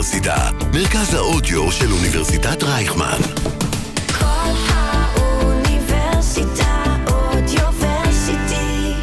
האוניברסיטה, מרכז האודיו של אוניברסיטת רייכמן. כל האוניברסיטה אודיוורסיטי.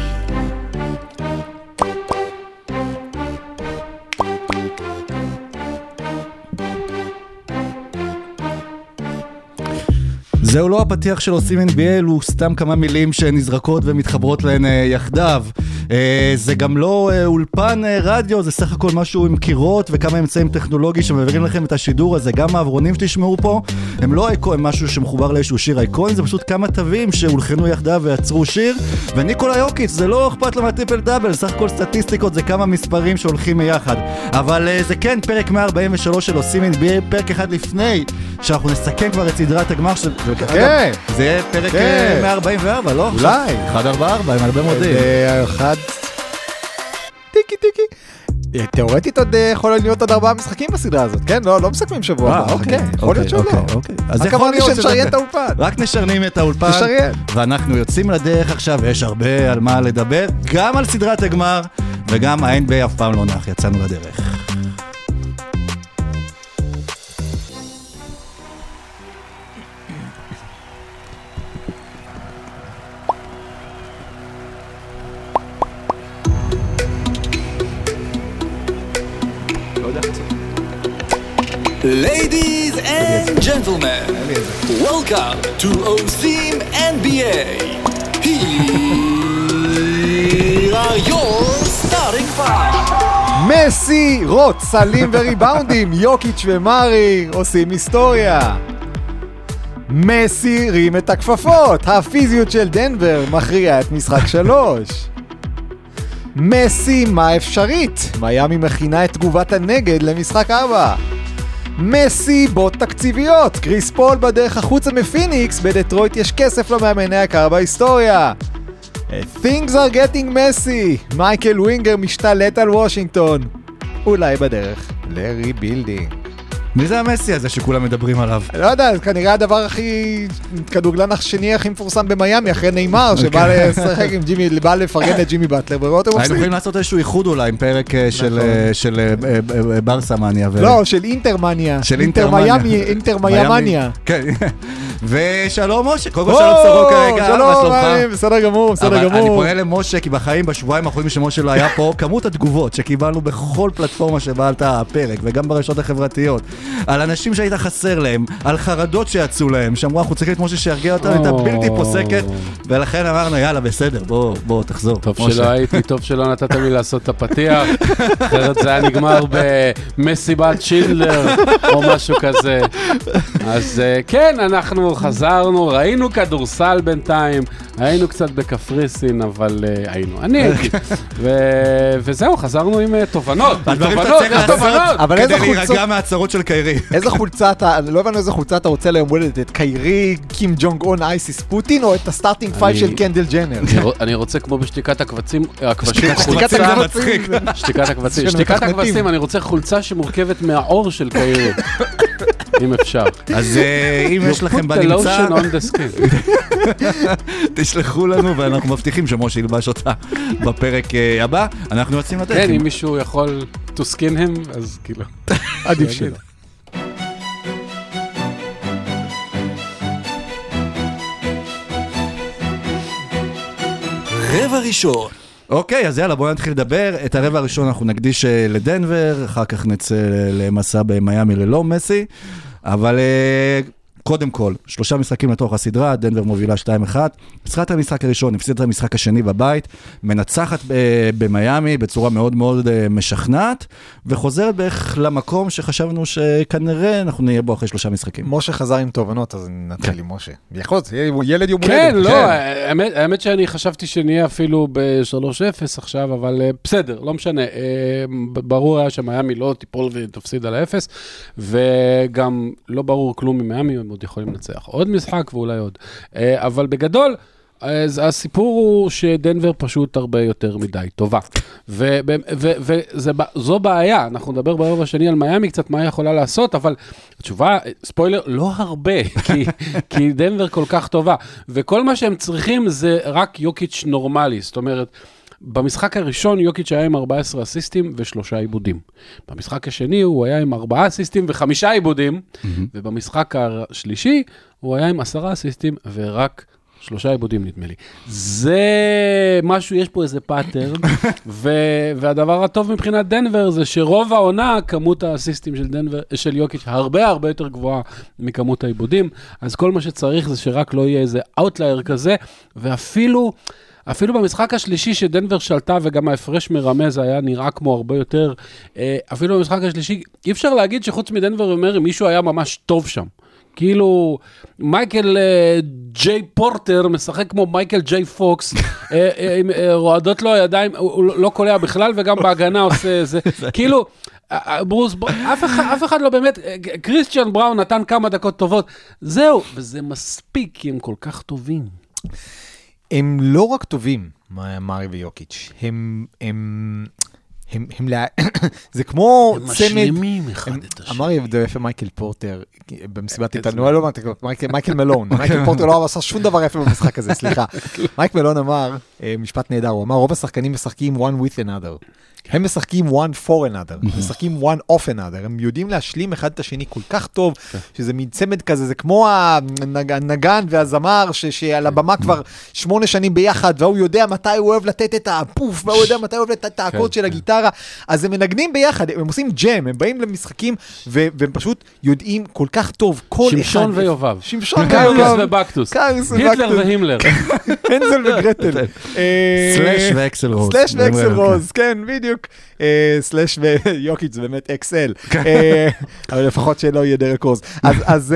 זהו לא הפתיח של עושים NBA, הוא סתם כמה מילים שנזרקות ומתחברות להן יחדיו. זה גם לא אולפן רדיו, זה סך הכל משהו עם קירות וכמה אמצעים טכנולוגיים שמעבירים לכם את השידור הזה. גם העברונים שתשמעו פה הם לא הם משהו שמחובר לאיזשהו שיר אייקון, זה פשוט כמה תווים שהולחנו יחדיו ויצרו שיר. וניקולה יוקיץ' זה לא אכפת לו מהטריפל דאבל, סך הכל סטטיסטיקות, זה כמה מספרים שהולכים מיחד. אבל זה כן פרק 143 של עושים NBA, פרק אחד לפני שאנחנו נסכם כבר את סדרת הגמר של... כן. זה פרק 144, לא? אולי. 144, עם הרבה מודים. אחד... טיקי טיקי. תיאורטית עוד יכול להיות עוד 4 משחקים בסדרה הזאת, כן? לא מסכמים שבוע. אוקיי. יכול להיות שלא. אז רק אמרנו שנשריין את האולפן. רק נשרנים את האולפן. נשריין. ואנחנו יוצאים לדרך עכשיו, ויש הרבה על מה לדבר, גם על סדרת הגמר, וגם ה-NBA אף פעם לא נח, יצאנו לדרך. Ladies and gentlemen, welcome to OSIM NBA. Here are your starting five. מסי, רוט, סלים וריבאונדים, יוקיץ' ומרי עושים היסטוריה. מסי רים את הכפפות, הפיזיות של דנבר מכריעה את משחק 3. מסי, מה אפשרית? מיאמי מכינה את תגובת הנגד למשחק 4. מסי בוט תקציביות, קריס פול בדרך החוצה מפיניקס, בדטרויט יש כסף למאמן היקר בהיסטוריה. Things are getting messy, מייקל ווינגר משתלט על וושינגטון, אולי בדרך לריבילדינג. מי זה המסי הזה שכולם מדברים עליו? לא יודע, זה כנראה הדבר הכי... כדורגלן השני הכי מפורסם במיימי, אחרי ניימר, שבא לשחק עם ג'ימי, בא לפרגן את ג'ימי באטלר, ורואה היינו יכולים לעשות איזשהו איחוד אולי, עם פרק של ברסה מניה. לא, של אינטר מניה. של אינטר מניה. אינטר מניה. כן. ושלום משה, קודם כל שלום סרוק כרגע. שלום, בסדר גמור, בסדר גמור. אני פונה למשה, כי בחיים, בשבועיים האחרונים שמשה לא היה פה, כמות התגובות שקיבלנו בכל פלטפורמה שבה עלתה הפרק, וגם ברשתות החברתיות, על אנשים שהיית חסר להם, על חרדות שיצאו להם, שאמרו, אנחנו צריכים את משה שירגיע אותנו, הייתה בלתי פוסקת, ולכן אמרנו, יאללה, בסדר, בוא, תחזור. טוב שלא הייתי, טוב שלא נתת לי לעשות את הפתיח, אחרת זה היה נגמר במסיבת שינדלר, או משהו כזה. אז כן, אנחנו חזרנו, ראינו כדורסל בינתיים, היינו קצת בקפריסין, אבל אני הייתי. וזהו, חזרנו עם תובנות. אבל כדי להירגע מהצרות של קיירי. איזה חולצה אתה, לא הבנו איזה חולצה אתה רוצה ליום הולדת, את קיירי, קים ג'ונג און, אייסיס פוטין, או את הסטארטינג פייב של קנדל ג'נר? אני רוצה כמו בשתיקת הכבשים, שתיקת הכבשים, אני רוצה חולצה שמורכבת מהעור של קיירי, אם אפשר. אז אם יש לכם בנמצא, תשלחו לנו ואנחנו מבטיחים שמשה ילבש אותה בפרק הבא. אנחנו יוצאים לדרך. כן, אם מישהו יכול to skin him, אז כאילו. עדיף שלא. רבע ראשון. אוקיי, אז יאללה, בואו נתחיל לדבר. את הרבע הראשון אנחנו נקדיש לדנבר, אחר כך נצא למסע במיימי ללא מסי, אבל קודם כל, 3 משחקים לתוך הסדרה, דנבר מובילה 2-1, ניצחה המשחק הראשון, הפסידה את המשחק השני בבית, מנצחת במיימי בצורה מאוד מאוד משכנעת, וחוזרת בערך למקום שחשבנו שכנראה אנחנו נהיה בו אחרי 3 משחקים. משה חזר עם תובנות, אז נתחיל עם משה. יכול להיות, ילד יום הולדת. כן, לא, האמת שאני חשבתי שנהיה אפילו ב-3-0 עכשיו, אבל בסדר, לא משנה. ברור היה שמיימי לא תיפול ותפסיד על האפס, וגם לא ברור כלום ממיימי, הם עוד יכולים לנצח עוד משחק ואולי עוד. אבל בגדול, אז הסיפור הוא שדנבר פשוט הרבה יותר מדי טובה. וזו בעיה. אנחנו נדבר ברבע השני על מיימי קצת מה היא יכולה לעשות, אבל התשובה, ספוילר, לא הרבה, כי דנבר כל כך טובה. וכל מה שהם צריכים זה רק יוקיץ' נורמלי. זאת אומרת, במשחק הראשון יוקיץ' היה עם 14 אסיסטים ו3 עיבודים. במשחק השני הוא היה עם 4 אסיסטים ו5 עיבודים, ובמשחק השלישי הוא היה עם 10 אסיסטים ורק 3 עיבודים נדמה לי. זה משהו, יש פה איזה פאטרן, והדבר הטוב מבחינת דנבר זה שרוב העונה, כמות האסיסטים של יוקיץ' הרבה הרבה יותר גבוהה מכמות העיבודים, אז כל מה שצריך זה שרק לא יהיה איזה אאוטלייר כזה, ואפילו במשחק השלישי שדנבר שלטה וגם ההפרש מרמז היה נראה כמו הרבה יותר, אפילו במשחק השלישי, אי אפשר להגיד שחוץ מדנבר אומר, מישהו היה ממש טוב שם. כאילו, מייקל ג'יי פורטר משחק כמו מייקל ג'יי פוקס, רועדות לו הידיים, הוא לא קולע בכלל, וגם בהגנה עושה זה. כאילו, ברוס, אף אחד לא באמת, קריסטיאן בראון נתן כמה דקות טובות, זהו, וזה מספיק, כי הם כל כך טובים. הם לא רק טובים, מארי ויוקיץ', זה כמו הם צמד, משלימים אחד את השני. אמר יפה מייקל פורטר, במסיבת עיתונאים, לא מייקל מלון, מייקל פורטר לא עשה שום דבר יפה במשחק הזה, סליחה. מייקל מלון אמר, משפט נהדר, הוא אמר, רוב השחקנים משחקים one with another. הם משחקים one for another, משחקים one off another, הם יודעים להשלים אחד את השני כל כך טוב, שזה מין צמד כזה, זה כמו הנגן והזמר, שעל הבמה כבר 8 שנים ביחד, והוא יודע מתי הוא אוהב לתת את הפוף, והוא יודע מתי הוא אוהב לתת את האקורד של הגיטרה, אז הם מנגנים ביחד, הם עושים ג'ם, הם באים למשחקים, והם פשוט יודעים כל כך טוב, שמשון ויובב. שמשון קארלוס ובקטוס. היטלר והימלר. הנזל וגרטל. סלש ואקסל רוז. סלש ואקסל רוז, כן, בדיוק. סלש ויוקיץ' זה באמת אקסל. אבל לפחות שלא יהיה דרק רוז. אז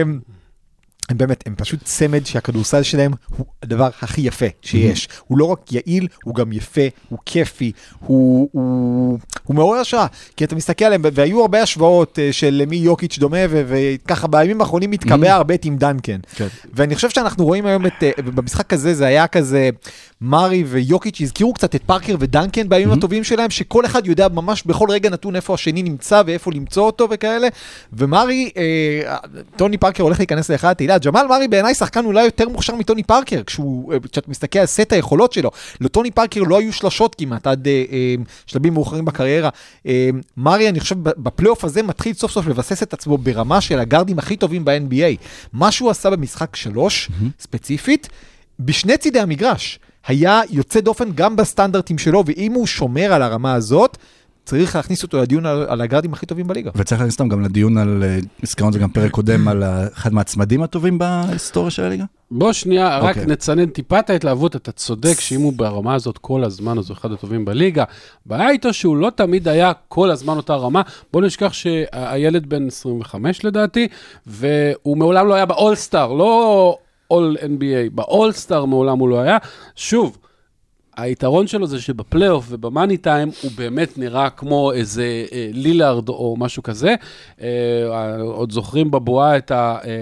הם באמת, הם פשוט צמד שהכדורסל שלהם הוא הדבר הכי יפה שיש. הוא לא רק יעיל, הוא גם יפה, הוא כיפי, הוא מעורר השראה. כי אתה מסתכל עליהם, והיו הרבה השוואות של מי יוקיץ' דומה, וככה בימים האחרונים מתקבע הרבה עם דנקן. ואני חושב שאנחנו רואים היום במשחק הזה, זה היה כזה, מארי ויוקיץ' הזכירו קצת את פארקר ודנקן בימים הטובים שלהם, שכל אחד יודע ממש בכל רגע נתון איפה השני נמצא ואיפה למצוא אותו וכאלה. ומארי, טוני פארקר הולך להיכנס לאחד התהילה. ג'מאל מארי בעיניי שחקן אולי יותר מוכשר מטוני פארקר, כשאת מסתכל על סט היכולות שלו. לטוני פארקר לא היו שלשות כמעט עד שלבים מאוחרים בקריירה. מארי, אני חושב, בפלייאוף הזה מתחיל סוף סוף לבסס את עצמו ברמה של הגארדים הכי טובים ב-NBA. מה שהוא עשה במשחק 3, ספציפית, בשני צידי המגרש. היה יוצא דופן גם בסטנדרטים שלו, ואם הוא שומר על הרמה הזאת, צריך להכניס אותו לדיון על הגארדים הכי טובים בליגה. וצריך להכניס אותם גם לדיון על, הזכרנו את זה גם פרק קודם, על אחד מהצמדים הטובים בהיסטוריה של הליגה? בוא שנייה, רק נצנן טיפה את ההתלהבות, אתה צודק שאם הוא ברמה הזאת כל הזמן, אז הוא אחד הטובים בליגה. בעיה איתו שהוא לא תמיד היה כל הזמן אותה רמה. בוא נשכח שהילד בן 25 לדעתי, והוא מעולם לא היה באול-סטאר, לא All NBA, באול-סטאר מעולם הוא לא היה. שוב, היתרון שלו זה שבפלייאוף ובמאני טיים הוא באמת נראה כמו איזה לילארד או משהו כזה. עוד זוכרים בבועה את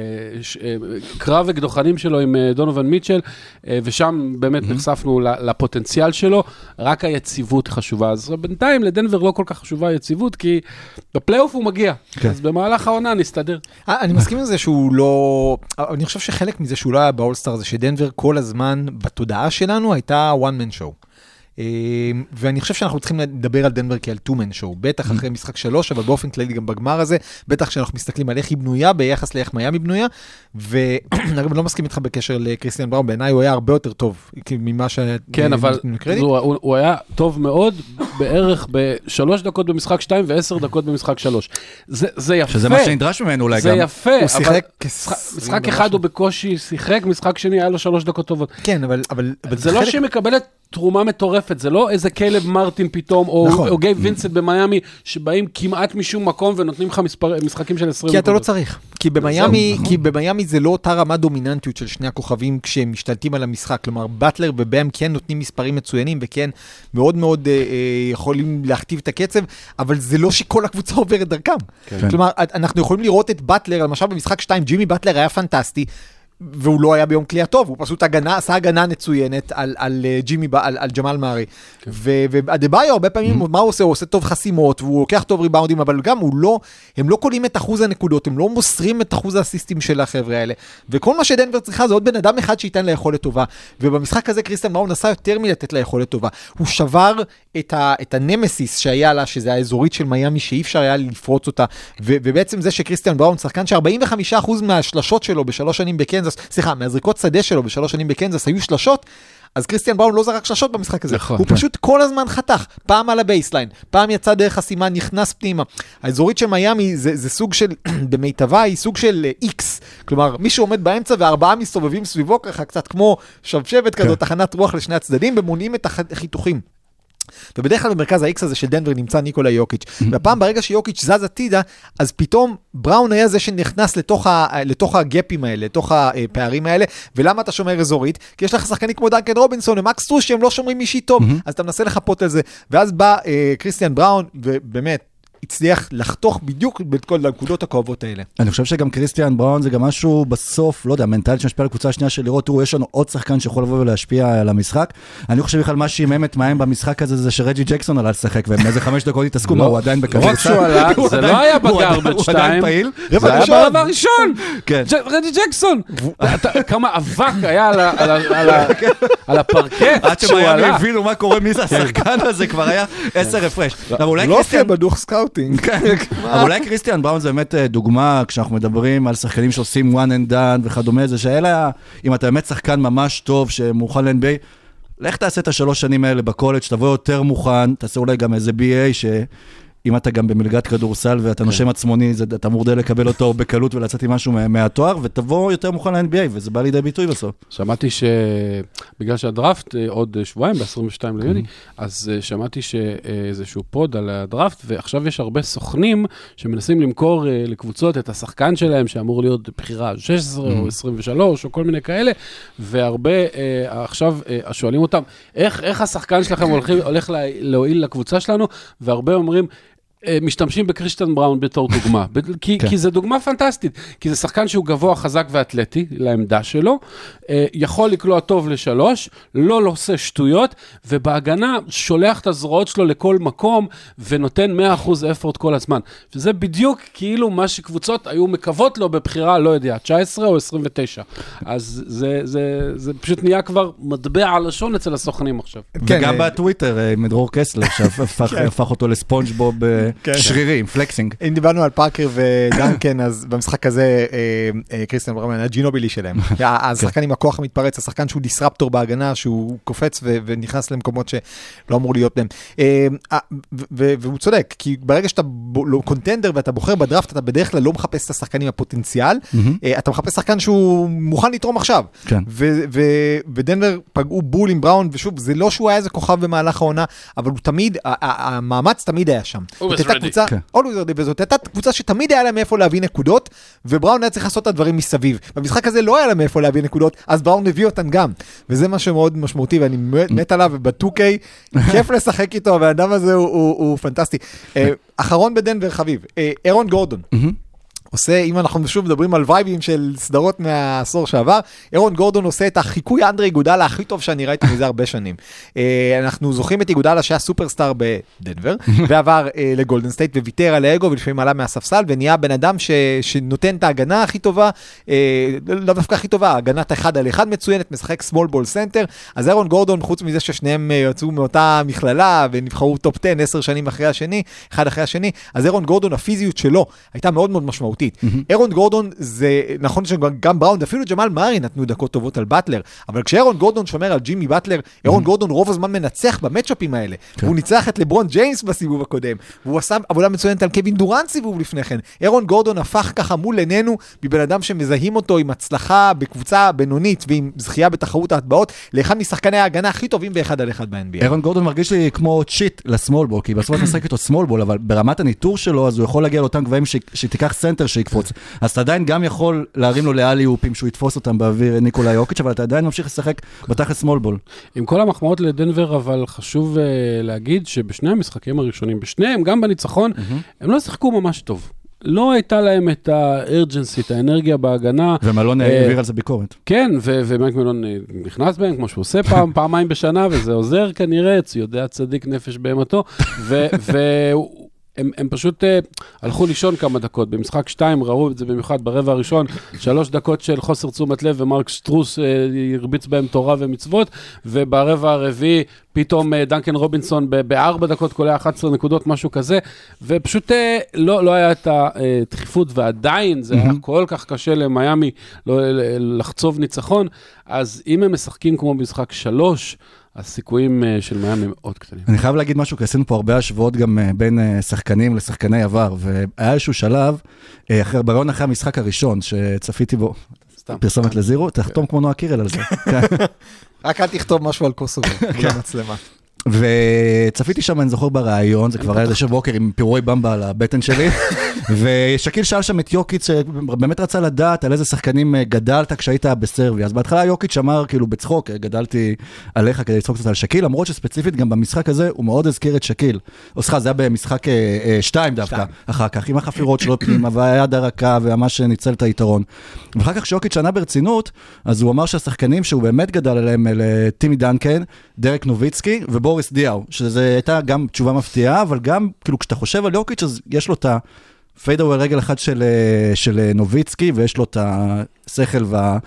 הקרב וקדוחנים שלו עם דונוvan מיטשל, ושם באמת נחשפנו לפוטנציאל שלו, רק היציבות חשובה. אז בינתיים לדנבר לא כל כך חשובה היציבות, כי בפלייאוף הוא מגיע. אז במהלך העונה נסתדר. אני מסכים עם זה שהוא לא... אני חושב שחלק מזה שהוא לא היה באולסטאר, זה שדנבר כל הזמן בתודעה שלנו הייתה one man show. ואני חושב שאנחנו צריכים לדבר על דנבר כעל two-man show, בטח אחרי משחק 3, אבל באופן כללי גם בגמר הזה, בטח שאנחנו מסתכלים על איך היא בנויה, ביחס לאיך מיאמי בנויה, ואני לא מסכים איתך בקשר לקריסטיאן בראון, בעיניי הוא היה הרבה יותר טוב ממה ש... כן, אבל הוא היה טוב מאוד, בערך ב3 דקות במשחק 2 ו10 דקות במשחק 3. זה יפה. שזה מה שנדרש ממנו אולי גם. זה יפה. הוא שיחק... משחק אחד הוא בקושי שיחק, משחק שני היה לו 3 דקות טובות. כן, אבל זה לא שמקבלת תרומה מטורפת, זה לא איזה קלב מרטין פתאום, או גייב וינסנט במיימי, שבאים כמעט משום מקום ונותנים לך משחקים של 20 כי אתה לא צריך. כי במיימי זה לא אותה רמה דומיננטיות של שני הכוכבים כשהם משתלטים על המשחק. כלומר, באטלר ובאם כן נותנים מספרים מצוינים, וכן מאוד מאוד יכולים להכתיב את הקצב, אבל זה לא שכל הקבוצה עוברת דרכם. כלומר, אנחנו יכולים לראות את באטלר, למשל במשחק 2, ג'ימי באטלר היה פנטסטי, והוא לא היה ביום קליעה טוב, הוא פשוט עשה הגנה מצוינת על ג'מאל מארי. והדבאיו הרבה פעמים, מה הוא עושה? הוא עושה טוב חסימות, והוא לוקח טוב ריבאונדים, אבל גם הם לא קולים את אחוז הנקודות, הם לא מוסרים את אחוז האסיסטים של החבר'ה האלה. וכל מה שדנבר צריכה זה עוד בן אדם אחד שייתן לה יכולת טובה. ובמשחק הזה קריסטיאן בראון נסע יותר מלתת לה יכולת טובה. הוא שבר את הנמסיס שהיה לה, שזה האזורית של מיאמי, שאי אפשר היה לפרוץ אותה. ובעצם זה שקריסטיאן בראון, שחקן ש45% מהשלשות שלו בשלוש שנים בקנזס, מהזריקות שדה שלו בשלוש שנים בקנזס היו שלשות, אז קריסטיאן בראון לא זרק שלשות במשחק הזה. הוא פשוט כל הזמן חתך, פעם על הבייסליין, פעם יצא דרך הסימן, נכנס פנימה. האזורית של מיאמי זה סוג של, במיטבה היא סוג של X, כלומר, מי שעומד באמצע והארבעה מסתובבים סביבו ככה, קצת כמו שבשבת כזאת, תחנת רוח לשני הצדדים, ומונעים את החיתוכים. ובדרך כלל במרכז ה-X הזה של דנבר נמצא ניקולה יוקיץ'. והפעם ברגע שיוקיץ' זז עתידה, אז פתאום בראון היה זה שנכנס לתוך הגפים האלה, לתוך הפערים האלה. ולמה אתה שומר אזורית? כי יש לך שחקנים כמו דנקן רובינסון, ומקס טרוש שהם לא שומרים אישי טוב, אז אתה מנסה לחפות על זה. ואז בא קריסטיאן בראון, ובאמת, הצליח לחתוך בדיוק בכל הנקודות הכואבות האלה. אני חושב שגם קריסטיאן בראון זה גם משהו בסוף, לא יודע, מנטלית שמשפיע על הקבוצה השנייה של לראות, יש לנו עוד שחקן שיכול לבוא ולהשפיע על המשחק. אני חושב בכלל מה שיממת מהם במשחק הזה זה שרג'י ג'קסון עלה לשחק, והם איזה 5 דקות התעסקו מה, הוא עדיין בכדורסל. רק שהוא עלה, זה לא היה בגרבג' 2, זה היה ברבע הראשון. רג'י ג'קסון. כמה אבק היה על הפרקט עד שמיימי הבינו מה קורה, מי זה השחקן הזה, כבר היה 10 הפרש. לא עושה בדוח סקאוטינג. אבל אולי קריסטיאן בראון זה באמת דוגמה, כשאנחנו מדברים על שחקנים שעושים one and done וכדומה, זה שאלה, אם אתה באמת שחקן ממש טוב שמוכן ל-NBA, לך תעשה את 3 שנים האלה בקולג', תבוא יותר מוכן, תעשה אולי גם איזה BA אם אתה גם במלגת כדורסל ואתה נושם עצמוני, אתה מורדה לקבל אותו בקלות ולצאת עם משהו מהתואר, ותבוא יותר מוכן ל-NBA, וזה בא לידי ביטוי בסוף. שמעתי שבגלל שהדראפט עוד שבועיים, ב-22 ליוני, אז שמעתי שאיזשהו פוד על הדראפט, ועכשיו יש הרבה סוכנים שמנסים למכור לקבוצות את השחקן שלהם, שאמור להיות בחירה 16 או 23 או כל מיני כאלה, והרבה עכשיו שואלים אותם, איך השחקן שלכם הולך להועיל לקבוצה שלנו, והרבה אומרים, משתמשים בקריסטיאן בראון בתור דוגמה, כי זה דוגמה פנטסטית, כי זה שחקן שהוא גבוה, חזק ואתלטי לעמדה שלו, יכול לקלוע טוב ל3, לא עושה שטויות, ובהגנה שולח את הזרועות שלו לכל מקום, ונותן 100% אפורט כל הזמן. וזה בדיוק כאילו מה שקבוצות היו מקוות לו בבחירה, לא יודע, 19 או 29. אז זה פשוט נהיה כבר מטבע הלשון אצל הסוכנים עכשיו. וגם בטוויטר, מדרור קסלר, שהפך אותו לספונג'בוב שרירים, פלקסינג. אם דיברנו על פארקר ודנקן, אז במשחק הזה, קריסטיאן בראון, הג'ינובילי שלהם. השחקן עם הכוח המתפרץ, השחקן שהוא דיסרפטור בהגנה, שהוא קופץ ונכנס למקומות שלא אמור להיות בהם. והוא צודק, כי ברגע שאתה קונטנדר ואתה בוחר בדראפט, אתה בדרך כלל לא מחפש את השחקן עם הפוטנציאל, אתה מחפש שחקן שהוא מוכן לתרום עכשיו. ודנבר פגעו בול עם בראון, ושוב, זה לא שהוא היה איזה כוכב במהלך העונה, אבל הוא תמיד, המאמץ תמיד היה שם. וזאת הייתה קבוצה שתמיד היה לה מאיפה להביא נקודות, ובראון היה צריך לעשות את הדברים מסביב. במשחק הזה לא היה לה מאיפה להביא נקודות, אז בראון הביא אותן גם. וזה מה שמאוד משמעותי, ואני מת עליו, ובטוקי, כיף לשחק איתו, והאדם הזה הוא פנטסטי. אחרון בדנבר חביב, אירון גורדון. עושה, אם אנחנו שוב מדברים על וייבים של סדרות מהעשור שעבר, אירון גורדון עושה את החיקוי אנדרי איגודלה הכי טוב שאני ראיתי מזה הרבה שנים. אנחנו זוכרים את איגודלה שהיה סופרסטאר בדנבר, ועבר לגולדן סטייט וויתר על האגו, ולפעמים עלה מהספסל, ונהיה בן אדם שנותן את ההגנה הכי טובה, לא דווקא הכי טובה, הגנת 1-על-1 מצוינת, משחק סמול בול סנטר, אז אירון גורדון, חוץ מזה ששניהם יצאו מאותה מכללה, ונבחרו טופ 10, 10 שנים אחרי השני, אחד אחרי השני, אז אירון גורדון, הפיזיות שלו הייתה מאוד מאוד משמעותית. אירון גורדון זה, נכון שגם בראון, אפילו ג'מאל מארי נתנו דקות טובות על באטלר, אבל כשאירון גורדון שומר על ג'ימי באטלר, אירון גורדון רוב הזמן מנצח במצ'אפים האלה. הוא ניצח את לברון ג'יימס בסיבוב הקודם, והוא עשה עבודה מצוינת על קווין דורנט סיבוב לפני כן. אירון גורדון הפך ככה מול עינינו, מבן אדם שמזהים אותו עם הצלחה בקבוצה בינונית, ועם זכייה בתחרות ההטבעות, לאחד משחקני ההגנה הכי טובים ב1-על-1 ב-NBA. אירון גורדון מרגיש לי כמו צ'יט לסמול בול, כי בסוף משחק איתו סמול בול, אבל ברמת הניטור שלו, אז הוא יכול להגיע לאותם גבהים שתיקח סנטר שיקפוץ. אז אתה עדיין גם יכול להרים לו לאלי אופים שהוא יתפוס אותם באוויר ניקולה יוקיץ', אבל אתה עדיין ממשיך לשחק בתחת סמול בול. עם כל המחמאות לדנבר, אבל חשוב להגיד שבשני המשחקים הראשונים, בשניהם, גם בניצחון, הם לא שיחקו ממש טוב. לא הייתה להם את הארג'נסי, את האנרגיה בהגנה. ומלון העביר על זה ביקורת. כן, ומייק מלון נכנס בהם, כמו שהוא עושה פעמיים בשנה, וזה עוזר כנראה, יודע צדיק נפש בהמתו, הם פשוט הלכו לישון כמה דקות, במשחק 2 ראו את זה במיוחד ברבע הראשון, 3 דקות של חוסר תשומת לב, ומרק שטרוס הרביץ בהם תורה ומצוות, וברבע הרביעי פתאום דנקן רובינסון ב4 דקות קולע 11 נקודות, משהו כזה, ופשוט לא היה את הדחיפות, ועדיין זה היה כל כך קשה למיימי לחצוב ניצחון, אז אם הם משחקים כמו במשחק 3, הסיכויים של מיימי מאוד קטנים. אני חייב להגיד משהו, כי עשינו פה הרבה השוואות גם בין שחקנים לשחקני עבר, והיה איזשהו שלב, ברעיון אחרי המשחק הראשון, שצפיתי בו, פרסומת לזירו, תחתום כמו נועה קירל על זה. רק אל תכתוב משהו על קוסובו, מול המצלמה. וצפיתי שם, אני זוכר ברעיון, זה כבר היה איזה שבוקר עם פירוי במבה על הבטן שלי, ושקיל שאל שם את יוקיץ' שבאמת רצה לדעת על איזה שחקנים גדלת כשהיית בסרבי, אז בהתחלה יוקיץ' אמר כאילו בצחוק, גדלתי עליך כדי לצחוק קצת על שקיל, למרות שספציפית גם במשחק הזה הוא מאוד הזכיר את שקיל, או סליחה, זה היה במשחק 2 דווקא, אחר כך, עם החפירות שלו פנימה, והיד הרכה, וממש ניצל את היתרון. ואחר כך שיוקיץ' ענה ברצינות, אז הוא אמר שהשחקנים שהוא באמת גדל עליהם, טימי דנקן, דרק נוביצקי ובוריס דיאו, שזה הייתה גם תשובה מפתיעה, אבל גם, כאילו, כשאתה חושב על יוקיץ', אז יש לו את הפיידאווי רגל אחד של נוביצקי, ויש לו את השכל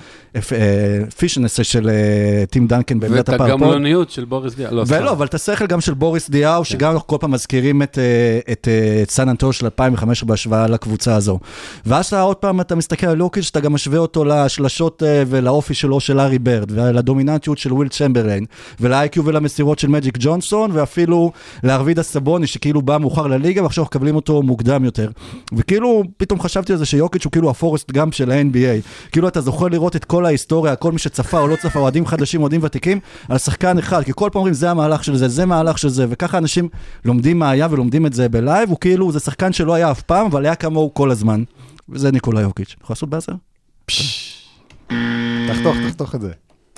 והפישנס של טים דנקן בעמדת הפרפוד. ואת הגמלוניות של בוריס דיאו. ולא, אבל את השכל גם של בוריס דיאו, שגם אנחנו כל פעם מזכירים את סן אנטוניו של 2015 בהשוואה לקבוצה הזו. ואז עוד פעם אתה מסתכל על יוקיץ', שאתה גם משווה אותו לשלשות ולאופי שלו של ארי ברד, ולדומיננטיות של וויל צ'מברליין, ולאיי-קיו ולמסירות של מג'יק ג'ונסון, ואפילו לארווידה סבוני, שכאילו בא מאוחר לליגה, ועכשיו מקבלים אותו מוקדם יותר. וכאילו, פתאום חשבתי על זה שיוקיץ' הוא כאילו הפורסט גם של ה-NBA. כאילו אתה זוכר לראות את כל ההיסטוריה, כל מי שצפה או לא צפה, אוהדים חדשים, אוהדים ותיקים, על שחקן אחד, כי כל פעם אומרים, זה המהלך של זה, זה מהלך של זה, וככה אנשים לומדים מה היה ולומדים את זה בלייב, הוא כאילו, זה שחקן שלא היה אף פעם, אבל היה כמוהו כל הזמן. וזה ניקולה יוקיץ'. יכול לעשות בעשר? תחתוך את זה.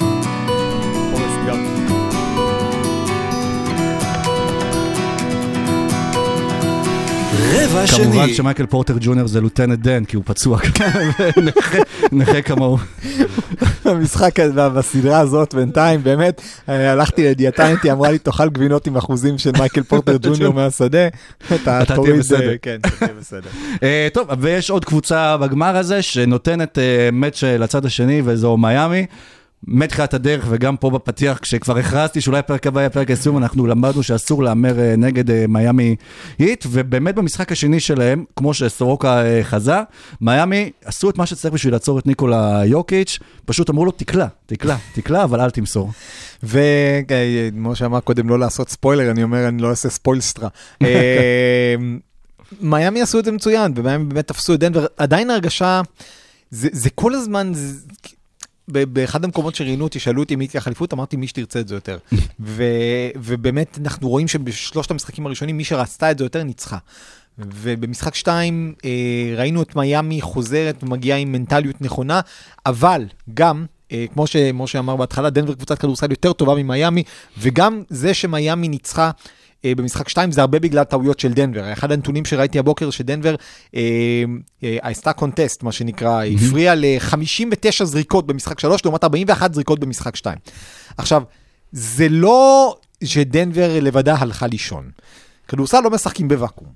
רבע שני. כמובן שמייקל פורטר ג'וניור זה לוטנט דן, כי הוא פצוע נכה כמוהו. במשחק בסדרה הזאת בינתיים, באמת, הלכתי לדיאטנית, היא אמרה לי, תאכל גבינות עם אחוזים של מייקל פורטר ג'וניור מהשדה. אתה תהיה בסדר. כן, תהיה בסדר. טוב, ויש עוד קבוצה בגמר הזה, שנותנת מאץ' לצד השני, וזו מיימי. מתחילת הדרך, וגם פה בפתיח, כשכבר הכרזתי שאולי פרק הבא היה פרק הסיום, אנחנו למדנו שאסור לאמר נגד מיימי היט, ובאמת במשחק השני שלהם, כמו שסורוקה חזה, מיימי עשו את מה שצריך בשביל לעצור את ניקולה יוקיץ', פשוט אמרו לו, תקלה, אבל אל תמסור. וכמו שאמר קודם, לא לעשות ספוילר, אני אומר, אני לא אעשה ספוילסטרה. מיימי עשו את זה מצוין, ומיימי באמת תפסו את דנבר, עדיין הרגשה, זה כל הזמן, באחד המקומות שראיינו אותי, שאלו אותי מי יקח אליפות, אמרתי מי שתרצה את זה יותר. ובאמת אנחנו רואים שבשלושת המשחקים הראשונים, מי שרצתה את זה יותר ניצחה. ובמשחק 2 ראינו את מיימי חוזרת ומגיעה עם מנטליות נכונה, אבל גם, כמו שאמר בהתחלה, דנבר קבוצת כדורסל יותר טובה ממיימי, וגם זה שמיימי ניצחה, במשחק 2 זה הרבה בגלל טעויות של דנבר. אחד הנתונים שראיתי הבוקר שדנבר עשתה קונטסט, מה שנקרא, הפריעה ל-59 זריקות במשחק 3, לעומת 41 זריקות במשחק 2. עכשיו, זה לא שדנבר לבדה הלכה לישון. כדורסל לא משחקים בוואקום.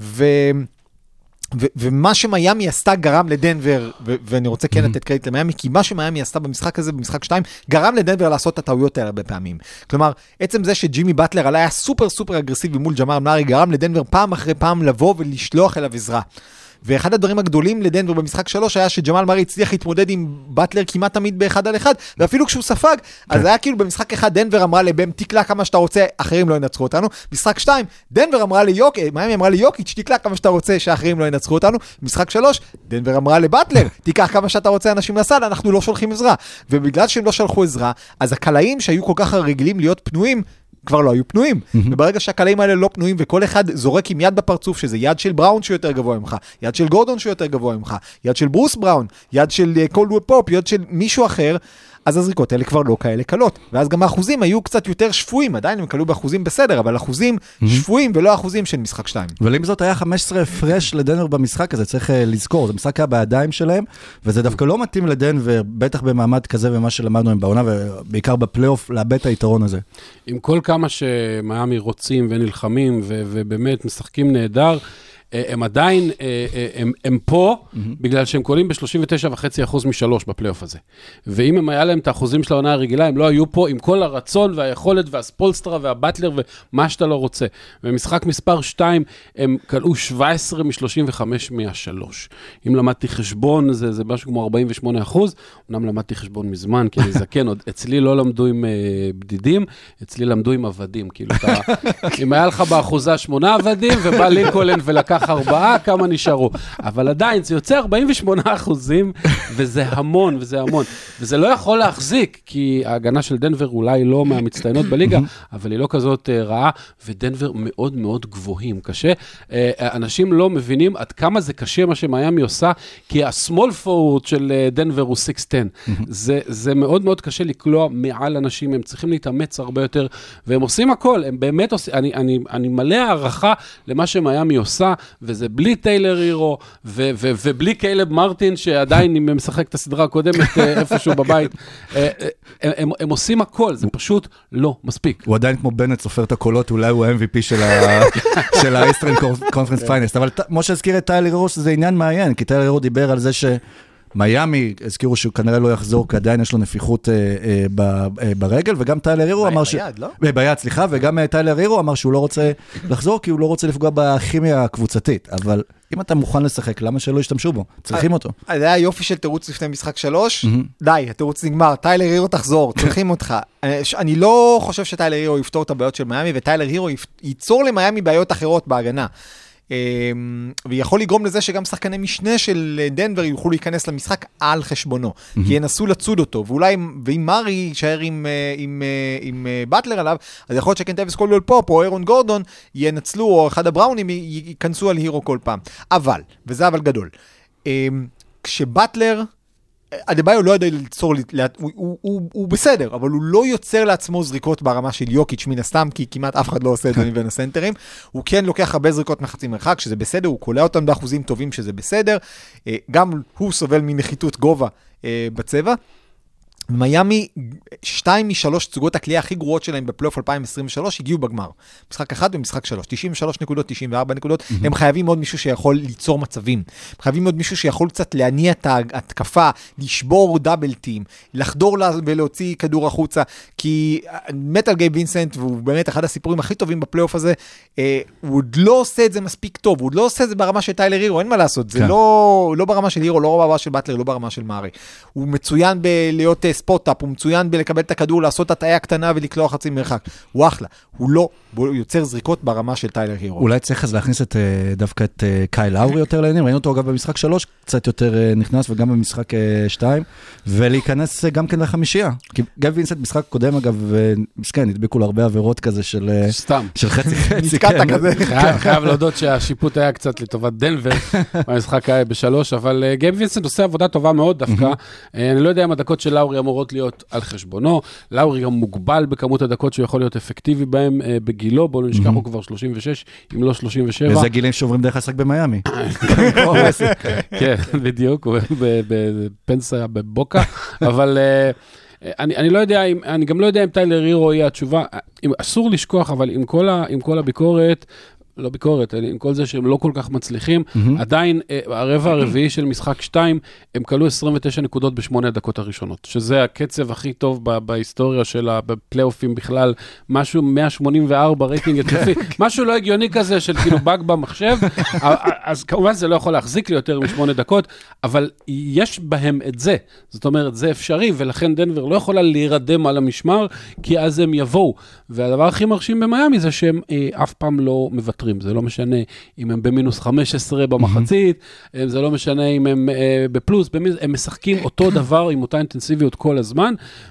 ומה שמיימי עשתה גרם לדנבר, ואני רוצה כן לתת קרדיט למיימי, כי מה שמיימי עשתה במשחק הזה, במשחק 2, גרם לדנבר לעשות את הטעויות האלה הרבה פעמים. כלומר, עצם זה שג'ימי באטלר עלה היה סופר סופר אגרסיבי מול ג'מאל מארי, גרם לדנבר פעם אחרי פעם לבוא ולשלוח אליו עזרה. ואחד הדברים הגדולים לדנבר במשחק 3 היה שג'מאל מארי הצליח להתמודד עם באטלר כמעט תמיד באחד על אחד, ואפילו כשהוא ספג, אז היה כאילו במשחק 1 דנבר אמרה לבם, תקלה כמה שאתה רוצה, אחרים לא ינצחו אותנו. משחק 2, דנבר אמרה מיימי אמרה ליוקיץ', תקלה כמה שאתה רוצה, שאחרים לא ינצחו אותנו. משחק 3, דנבר אמרה לבאטלר, תיקח כמה שאתה רוצה אנשים לסל, אנחנו לא שולחים עזרה. ובגלל שהם לא שלחו עזרה, אז הקלעים שהיו כל כך רגילים להיות פנויים, כבר לא היו פנויים, וברגע שהקלעים האלה לא פנויים, וכל אחד זורק עם יד בפרצוף, שזה יד של בראון שיותר גבוה ממך, יד של גורדון שיותר גבוה ממך, יד של ברוס בראון, יד של קולדוול פופ, יד של מישהו אחר, אז הזריקות האלה כבר לא כאלה קלות, ואז גם האחוזים היו קצת יותר שפויים, עדיין הם קלו באחוזים בסדר, אבל אחוזים שפויים ולא אחוזים של משחק 2. אבל אם זאת היה 15 הפרש לדנבר במשחק הזה, צריך לזכור, זה משחק היה בידיים שלהם, וזה דווקא לא מתאים לדנבר, בטח במעמד כזה ומה שלמדנו הם בעונה, ובעיקר בפלייאוף, לאבד את היתרון הזה. עם כל כמה שמאמי רוצים ונלחמים, ובאמת משחקים נהדר, הם עדיין, הם פה, בגלל שהם קולים ב-39.5% משלוש בפלייאוף הזה. ואם הם היה להם את האחוזים של העונה הרגילה, הם לא היו פה עם כל הרצון והיכולת והספולסטרה והבטלר ומה שאתה לא רוצה. במשחק מספר 2, הם קלעו 17 מ-35 מהשלוש. אם למדתי חשבון, זה משהו כמו 48%, אמנם למדתי חשבון מזמן, כי אני זקן, אצלי לא למדו עם בדידים, אצלי למדו עם עבדים. כאילו, אם היה לך באחוזה 8 עבדים, ובא לינקולן ולקח 4, כמה נשארו. אבל עדיין, זה יוצא 48%, וזה המון, וזה לא יכול להחזיק, כי ההגנה של דנבר אולי לא מהמצטיינות בליגה, אבל היא לא כזאת רעה, ודנבר מאוד מאוד גבוהים. קשה. אנשים לא מבינים עד כמה זה קשה מה שמיימי עושה, כי הסמול פורוורד של דנבר הוא 6'10. זה מאוד מאוד קשה לקלוע מעל אנשים, הם צריכים להתאמץ הרבה יותר, והם עושים הכל, הם באמת עושים, אני מלא הערכה למה שמיימי עושה, וזה בלי טיילר הירו, ובלי קיילב מרטין, שעדיין אם משחק את הסדרה הקודמת איפשהו בבית, הם עושים הכל, זה פשוט לא מספיק. הוא עדיין כמו בנט סופר את הקולות, אולי הוא ה-MVP של ה-Eastern Conference Finals, אבל משה הזכיר את טיילר הירו, שזה עניין מעניין, כי טיילר הירו דיבר על זה מיימי, הזכירו שהוא כנראה לא יחזור, כי עדיין יש לו נפיחות ברגל, וגם טיילר הירו אמר ביד, לא? ביד, סליחה, וגם טיילר הירו אמר שהוא לא רוצה לחזור, כי הוא לא רוצה לפגוע בכימיה הקבוצתית, אבל אם אתה מוכן לשחק, למה שלא ישתמשו בו? צריכים אותו. זה היה יופי של תירוץ לפני משחק 3, די, התירוץ נגמר, טיילר הירו תחזור, צריכים אותך. אני לא חושב שטיילר הירו יפתור את הבעיות של מיימי, וטיילר הירו ייצור למיימי בעיות אחרות בהגנה. ויכול לגרום לזה שגם שחקני משנה של דנבר יוכלו להיכנס למשחק על חשבונו, כי ינסו לצוד אותו, ואולי, ואם מרי יישאר עם בטלר עליו, אז יכול להיות שקנטביס קולדוול פופ או אירון גורדון ינצלו, או אחד הבראונים ייכנסו על הירו כל פעם. אבל, וזה אבל גדול, כשבטלר, אדבאיו לא יודע ליצור, הוא בסדר, אבל הוא לא יוצר לעצמו זריקות ברמה של יוקיץ' מן הסתם, כי כמעט אף אחד לא עושה את זה מבין הסנטרים. הוא כן לוקח הרבה זריקות מחצי מרחק, שזה בסדר, הוא קולע אותם באחוזים טובים, שזה בסדר. גם הוא סובל מנחיתות גובה בצבע. מיימי, 2 מ-3 תצוגות הקליעה הכי גרועות שלהם בפלייאוף 2023 הגיעו בגמר. משחק 1 ומשחק 3. 93 נקודות, 94 נקודות. הם חייבים עוד מישהו שיכול ליצור מצבים. הם חייבים עוד מישהו שיכול קצת להניע את ההתקפה, לשבור דאבל טים, לחדור ולהוציא כדור החוצה, כי מת על גייב וינסנט, והוא באמת אחד הסיפורים הכי טובים בפלייאוף הזה, הוא עוד לא עושה את זה מספיק טוב, הוא עוד לא עושה את זה ברמה של טיילר הירו, אין מה לעשות. זה לא ברמה של הירו, לא ברמה של בטלר, לא ברמה של מארי. הוא מצוין בלהיות ספוט-אפ, הוא מצוין בלקבל את הכדור, לעשות הטעיה קטנה ולקלוע חצי מרחק. הוא אחלה. הוא לא, הוא יוצר זריקות ברמה של טיילר הירו. אולי צריך אז להכניס דווקא את קייל לאורי יותר לעניינים, ראינו אותו אגב במשחק 3, קצת יותר נכנס, וגם במשחק 2, ולהיכנס גם כן לחמישייה. כי גייב וינסנט משחק קודם אגב, מסכן, נדבקו לו הרבה עבירות כזה של חצי. נזכת כזה. חייב להודות שהשיפוט היה קצת לטובת דנבר, במשחק היה ב3, אבל גייב וינסנט עושה עבודה טובה מאוד דווקא. אני לא יודע אם הדקות של לאורי אמורות להיות על חשבונו, לאורי גם מוגבל בכמות הדקות שהוא יכול להיות אפקטיבי בהם בגילו, בואו נשכח הוא כבר 36, אם לא 37. וזה גילים שעוברים דרך לשחק במיימי. כן, בדיוק, הוא בפנסיה בבוקה, אבל אני לא יודע, אני גם לא יודע אם טיילר הירו יהיה התשובה, אסור לשכוח, אבל עם כל הביקורת, לא ביקורת, עם כל זה שהם לא כל כך מצליחים, עדיין הרבע הרביעי של משחק 2, הם קלו 29 נקודות ב8 הדקות הראשונות, שזה הקצב הכי טוב בהיסטוריה של הפלייאופים בכלל, משהו 184 רייטינג התקפי, משהו לא הגיוני כזה של כאילו באג במחשב, אז כמובן זה לא יכול להחזיק לי יותר מ8 דקות, אבל יש בהם את זה, זאת אומרת, זה אפשרי, ולכן דנבר לא יכולה להירדם על המשמר, כי אז הם יבואו, והדבר הכי מרשים במיימי זה שהם אף פעם לא מוותרים. זה לא משנה אם הם במינוס 15 במחצית, זה לא משנה אם הם בפלוס, הם משחקים אותו דבר עם אותה אינטנסיביות כל הזמן,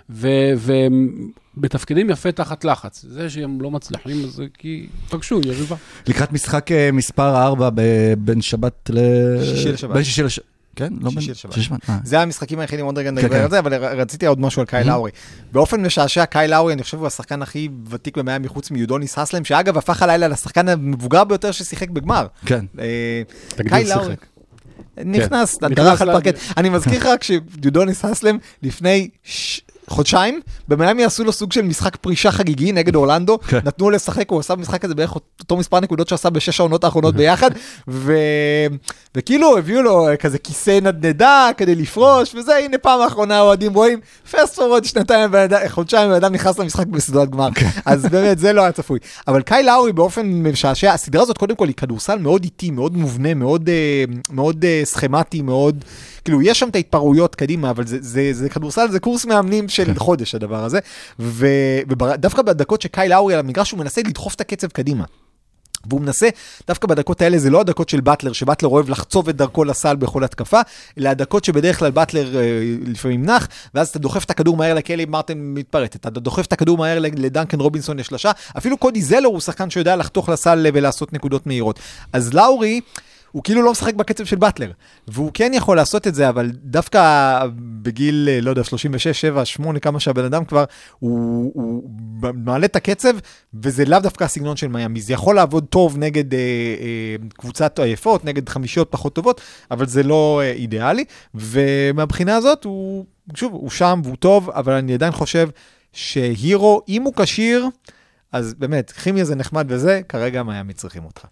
ובתפקידים יפה תחת לחץ. זה שהם לא מצליחים, זה כי פגשו, יריבה. לקראת משחק מספר 4 בין שבת שישי לשבת. כן? לא שישי בין... לשבת. זה המשחקים היחידים, עוד רגע נדבר על זה, אבל רציתי עוד משהו על קאי לאורי. באופן משעשע, קאי לאורי, אני חושב, הוא השחקן הכי ותיק במיאמי חוץ מיודוניס הסלם, שאגב, הפך הלילה לשחקן המבוגר ביותר ששיחק בגמר. כן. קאי לאורי. נכנס, דרך על פרקט. אני מזכיר רק שיודוניס הסלם לפני חודשיים, במיאמי עשו לו סוג של משחק פרישה חגיגי נגד אורלנדו, נתנו לו לשחק, הוא עשה במשחק הזה בערך אותו מספר נקודות שעשה בשש העונות האחרונות ביחד, וכאילו הביאו לו כזה כיסא נדנדה כדי לפרוש, וזה, הנה פעם האחרונה האוהדים רואים, פסט פורוד חודשיים ואדם נכנס למשחק בסדרת גמר, אז באמת זה לא היה צפוי. אבל קאי לאורי באופן משעשע, הסדרה הזאת קודם כל היא כדורסל מאוד איטי, מאוד מובנה, מאוד סכמטי, מאוד... כאילו, יש שם את ההתפרעויות קדימה, אבל זה כדורסל, זה קורס מאמנים של חודש, הדבר הזה. ודווקא בדקות שקאי לאורי על המגרש, הוא מנסה לדחוף את הקצב קדימה. והוא מנסה, דווקא בדקות האלה, זה לא הדקות של באטלר, שבאטלר אוהב לחצוב את דרכו לסל בכל התקפה, אלא הדקות שבדרך כלל באטלר לפעמים נח, ואז אתה דוחף את הכדור מהר לקלי מרטין מתפרטת, אתה דוחף את הכדור מהר לדנקן רובינסון לשלשה, אפילו קודי זלר הוא שחקן שיודע לחתוך לסל ולעשות נקודות מהירות. אז לאורי, הוא כאילו לא משחק בקצב של באטלר, והוא כן יכול לעשות את זה, אבל דווקא בגיל, לא יודע, 36, 7, 8, כמה שהבן אדם כבר, הוא מעלה את הקצב, וזה לאו דווקא הסגנון של מיאמי. זה יכול לעבוד טוב נגד קבוצת עייפות, נגד חמישיות פחות טובות, אבל זה לא אידיאלי, ומהבחינה הזאת, שוב, הוא שם והוא טוב, אבל אני עדיין חושב שהירו, אם הוא קשיר, אז באמת, כימיה זה נחמד וזה, כרגע מיאמי צריכים אותך.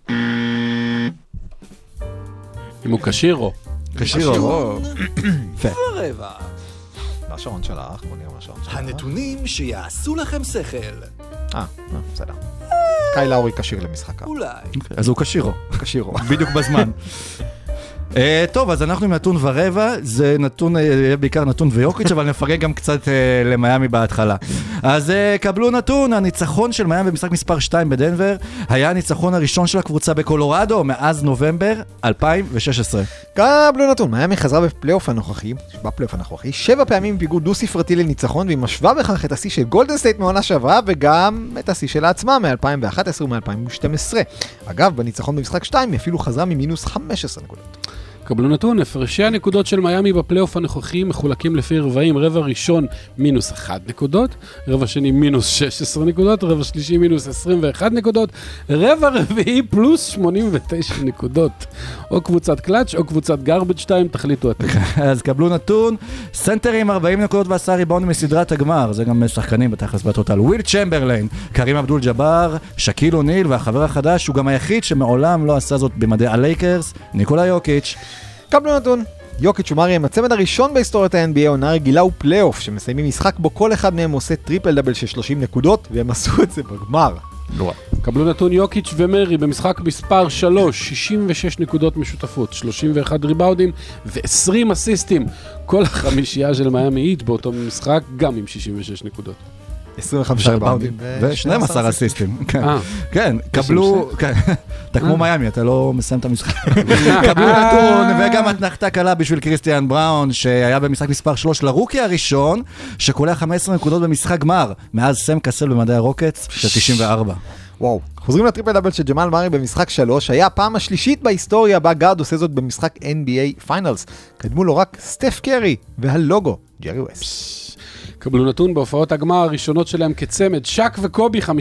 אם הוא קשירו. קשירו. ורבע. מה השעון שלך? בוא נראה מה השעון שלך. הנתונים שיעשו לכם שכל. בסדר. קאי לאורי קשיר למשחק. אולי. אז הוא קשירו. קשירו. בדיוק בזמן. טוב, אז אנחנו עם נתון ורבע, זה נתון, בעיקר נתון ויוקיץ', אבל נפרק גם קצת למיאמי בהתחלה. אז קבלו נתון, הניצחון של מיאמי במשחק מספר 2 בדנבר, היה הניצחון הראשון של הקבוצה בקולורדו מאז נובמבר 2016. קבלו נתון, מיאמי חזרה בפלייאוף הנוכחי, 7 פעמים פיגור דו ספרתי לניצחון, והיא משווה בכך את השיא של גולדן סטייט מעונה שעברה, וגם את השיא של העצמה מ-2011 ו-2012. אגב, בניצחון במשחק 2 היא אפילו חזרה ממינוס 15 נקודות. קבלו נתון, הפרשי הנקודות של מיאמי בפלייאוף הנוכחי מחולקים לפי רבעים, רבע ראשון מינוס 1 נקודות, רבע שני מינוס 16 נקודות, רבע שלישי מינוס 21 נקודות, רבע רביעי פלוס 89 נקודות. או קבוצת קלאץ' או קבוצת גרבג' 2, תחליטו אתם. אז קבלו נתון, סנטרים 40 נקודות ו10 ריבאונדים מסדרת הגמר, זה גם שחקנים בתכלס בטוטל, וויל צ'מברליין, קרים אבדול ג'אבר, שקיל אוניל, והחבר החדש הוא גם היחיד שמעולם לא עשה זאת במדי הלייקרס, ניקולה יוקיץ'. קבלו נתון, יוקיץ' ומרי הם הצמד הראשון בהיסטוריית ה-NBA, עונה רגילה ופלייאוף, שמסיימים משחק בו כל אחד מהם עושה טריפל דאבל של 30 נקודות, והם עשו את זה בגמר. לא. קבלו נתון יוקיץ' ומרי במשחק מספר 3, 66 נקודות משותפות, 31 ריבאונדים ו-20 אסיסטים. כל החמישייה של מיאמי היט באותו משחק גם עם 66 נקודות. 25 ריבאונדים ו-12 אסיסטים. כן, קבלו, אתה כמו מיאמי, אתה לא מסיים את המשחק. קבלו נתון, וגם התנחתה קלה בשביל קריסטיאן בראון, שהיה במשחק מספר 3 לרוקי הראשון, שקולע 15 נקודות במשחק גמר, מאז סם קסל במדעי הרוקטס, של 94. וואו. חוזרים לטריפל דאבל של ג'מאל מארי במשחק 3, היה הפעם השלישית בהיסטוריה בה גארד עושה זאת במשחק NBA פיינלס. קדמו לו רק סטף קרי והלוגו, ג'רי ווסט. קבלו נתון בהופעות הגמר הראשונות שלהם כצמד, שק וקובי 53.6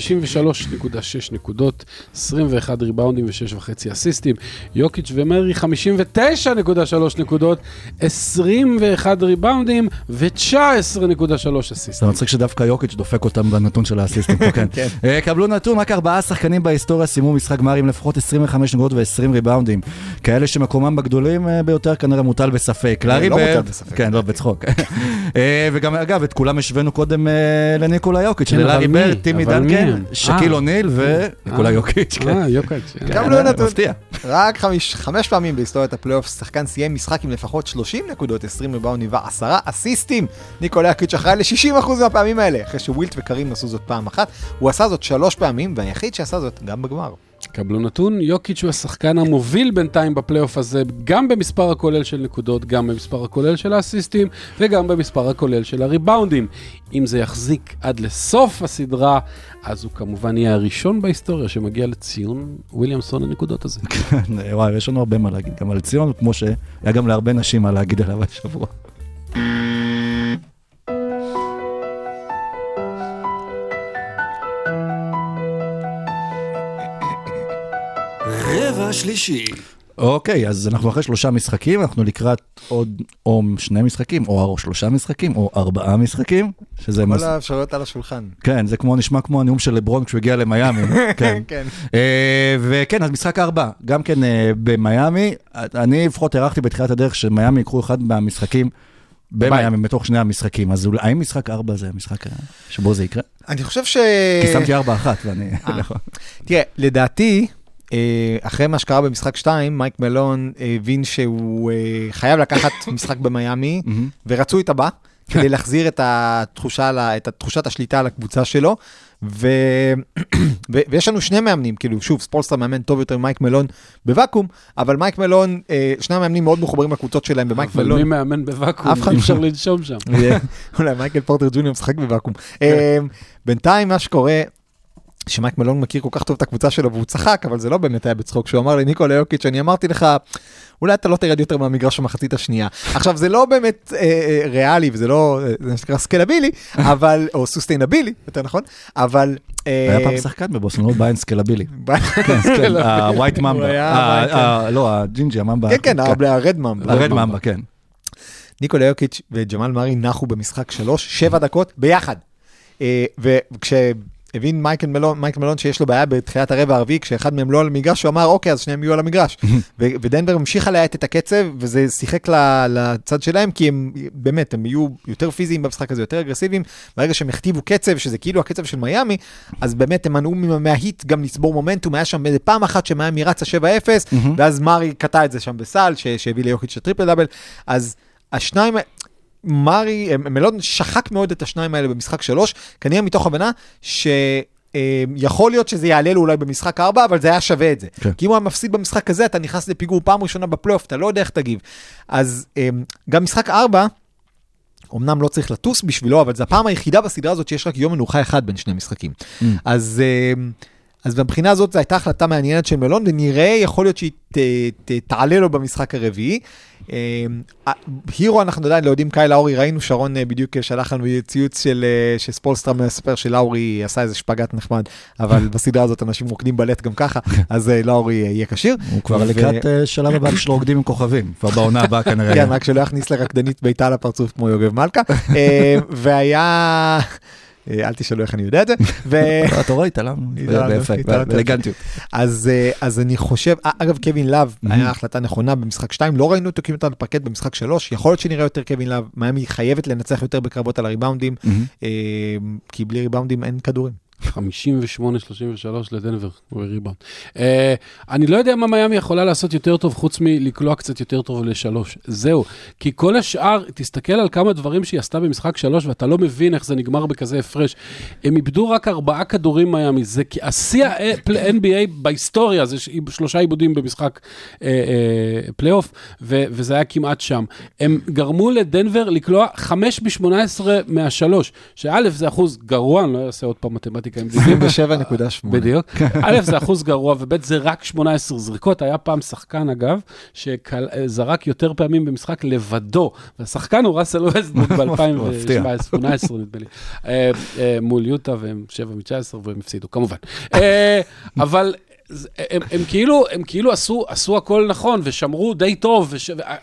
נקודות, 21 ריבאונדים ו6.5 אסיסטים, יוקיץ' ומרי 59.3 נקודות, 21 ריבאונדים ו19.3 אסיסטים. זה מצחיק שדווקא יוקיץ' דופק אותם בנתון של האסיסטים. קבלו נתון, רק 4 שחקנים בהיסטוריה סיימו משחק גמר עם לפחות 25 נקודות ו20 ריבאונדים, כאלה שמקומם בגדולים ביותר כנראה מוטל בספק. לארי ברד, כן, לא בצחוק. וגם אגב, את כולם השווינו קודם לניקולה יוקיץ', לארי ברד, טימי דנקן, שקיל אוניל וניקולה יוקיץ'. יוקיץ'. קבלו נתון. רק 5 פעמים בהיסטוריית הפלייאוף שחקן סיים משחק עם לפחות 30 נקודות, 20 ריבאונדים ו10 אסיסטים. ניקולה יוקיץ' אחראי ל-60% מהפעמים האלה, אחרי שווילט וקרים עשו זאת פעם אחת. הוא עשה זאת 3 פעמים, והיחיד שעשה זאת גם בגמר. קבלו נתון, יוקיץ' הוא השחקן המוביל בינתיים בפלייאוף הזה, גם במספר הכולל של נקודות, גם במספר הכולל של האסיסטים, וגם במספר הכולל של הריבאונדים. אם זה יחזיק עד לסוף הסדרה, אז הוא כמובן יהיה הראשון בהיסטוריה שמגיע לציון וויליאמסון הנקודות הזה. וואי, יש לנו הרבה מה להגיד, גם על ציון, כמו שהיה גם להרבה נשים מה להגיד עליו השבוע. רבע שלישי. אוקיי, אז אנחנו אחרי 3 משחקים, אנחנו לקראת עוד או 2 משחקים, או 3 משחקים, או 4 משחקים, שזה... כל האפשרויות על השולחן. כן, זה נשמע כמו הנאום של לברון כשהוא הגיע למיימי. כן. וכן, אז משחק 4, גם כן במיימי, אני לפחות הערכתי בתחילת הדרך שמיימי יקחו אחד מהמשחקים במיימי, בתוך 2 המשחקים, אז האם משחק 4 זה המשחק שבו זה יקרה? אני חושב כי שמתי 4-1 ואני... תראה, לדעתי... אחרי מה שקרה במשחק 2, מייק מלון הבין שהוא חייב לקחת משחק במיימי, ורצו את הבא, כדי להחזיר את תחושת השליטה על הקבוצה שלו, ויש לנו 2 מאמנים, כאילו שוב, ספולסטרה מאמן טוב יותר מייק מלון בוואקום, אבל מייק מלון, 2 מאמנים מאוד מחוברים לקבוצות שלהם במייק מלון. אבל מי מאמן בוואקום? אי אפשר לנשום שם. אולי מייקל פורטר ג'וניור משחק בוואקום. בינתיים מה שקורה... שמייק מלון מכיר כל כך טוב את הקבוצה שלו, והוא צחק, אבל זה לא באמת היה בצחוק, שהוא אמר לי, ניקולה יוקיץ', אני אמרתי לך, אולי אתה לא תרד יותר מהמגרש במחצית השנייה. עכשיו, זה לא באמת ריאלי, וזה לא, זה נקרא סקלבילי, אבל, או סוסטיינבילי, יותר נכון, אבל... היה פעם שחקן בבוסטון, לא ביין סקלבילי. כן, הווייט ממבה. לא, הג'ינג'י, הממבה. כן, כן, הרד ממבה. הרד ממבה, כן. ניקולה יוקיץ' וג'מאל מארי נחו במשחק 3, 7 דקות ביחד. וכש... הבין מייק מלון שיש לו בעיה בתחילת הרבע הרביעי, כשאחד מהם לא על המגרש, הוא אמר, אוקיי, אז שניהם יהיו על המגרש. ודנבר המשיכה להאט את הקצב, וזה שיחק לצד שלהם, כי הם באמת, הם יהיו יותר פיזיים במשחק הזה, יותר אגרסיביים, ברגע שהם הכתיבו קצב, שזה כאילו הקצב של מיימי, אז באמת הם מנעו מההיט גם לצבור מומנטום, היה שם פעם אחת שמיימי רצה 7-0, ואז מארי קטע את זה שם בסל, שהביא ליוקיץ' הטריפל דאבל, אז השניים... מלון שחק מאוד את השניים האלה במשחק 3, כנראה מתוך הבנה שיכול להיות שזה יעלה לו אולי במשחק 4, אבל זה היה שווה את זה. כי אם הוא היה מפסיד במשחק הזה, אתה נכנס לפיגור פעם ראשונה בפלייאוף, אתה לא יודע איך תגיב. אז גם משחק 4, אמנם לא צריך לטוס בשבילו, אבל זו הפעם היחידה בסדרה הזאת שיש רק יום מנוחה אחד בין 2 משחקים. אז בבחינה הזאת זו הייתה החלטה מעניינת של מלון, ונראה יכול להיות שהיא תעלה לו במשחק הרביעי. הירו אנחנו עדיין לא יודעים, קאי לאורי, ראינו שרון בדיוק שלח לנו ציוץ של ספולסטרה מספר שלאורי עשה איזה שפגת נחמד, אבל בסדרה הזאת אנשים רוקדים בלט גם ככה, אז לאורי יהיה קשיר. הוא כבר לקראת שלב הבא של רוקדים עם כוכבים, כבר בעונה הבאה כנראה. כן, רק שלא יכניס לרקדנית ביתה לפרצוף כמו יוגב מלכה, והיה... אל תשאלו איך אני יודע את זה. אתה רואה, התעלמנו, באלגנטיות. אז אני חושב, אגב, קווין לב היה החלטה נכונה במשחק 2, לא ראינו אותו כמעט על פרקט במשחק 3, יכול להיות שנראה יותר קווין לב, מיימי חייבת לנצח יותר בקרבות על הריבאונדים, כי בלי ריבאונדים אין כדורים. 58-33 לדנבר, הוא ריבאונד. אני לא יודע מה מיימי יכולה לעשות יותר טוב, חוץ מלקלוע קצת יותר טוב ל3. זהו. כי כל השאר, תסתכל על כמה דברים שהיא עשתה במשחק 3, ואתה לא מבין איך זה נגמר בכזה הפרש. הם איבדו רק 4 כדורים מיימי. זה כי השיא ה-NBA בהיסטוריה, זה 3 עיבודים במשחק פלייאוף, וזה היה כמעט שם. הם גרמו לדנבר לקלוע 5-18 מה-3, שא' זה אחוז גרוע, אני לא אעשה עוד פעם מתמטיקה, 27.8. בדיוק. א' זה אחוז גרוע, וב' זה רק 18 זריקות. היה פעם שחקן, אגב, שזרק יותר פעמים במשחק לבדו. והשחקן הוא ראסל ווסטברוק ב-2018, נדמה לי. מול יוטה, והם 7-19, והם הפסידו, כמובן. אבל הם כאילו עשו הכל נכון, ושמרו די טוב,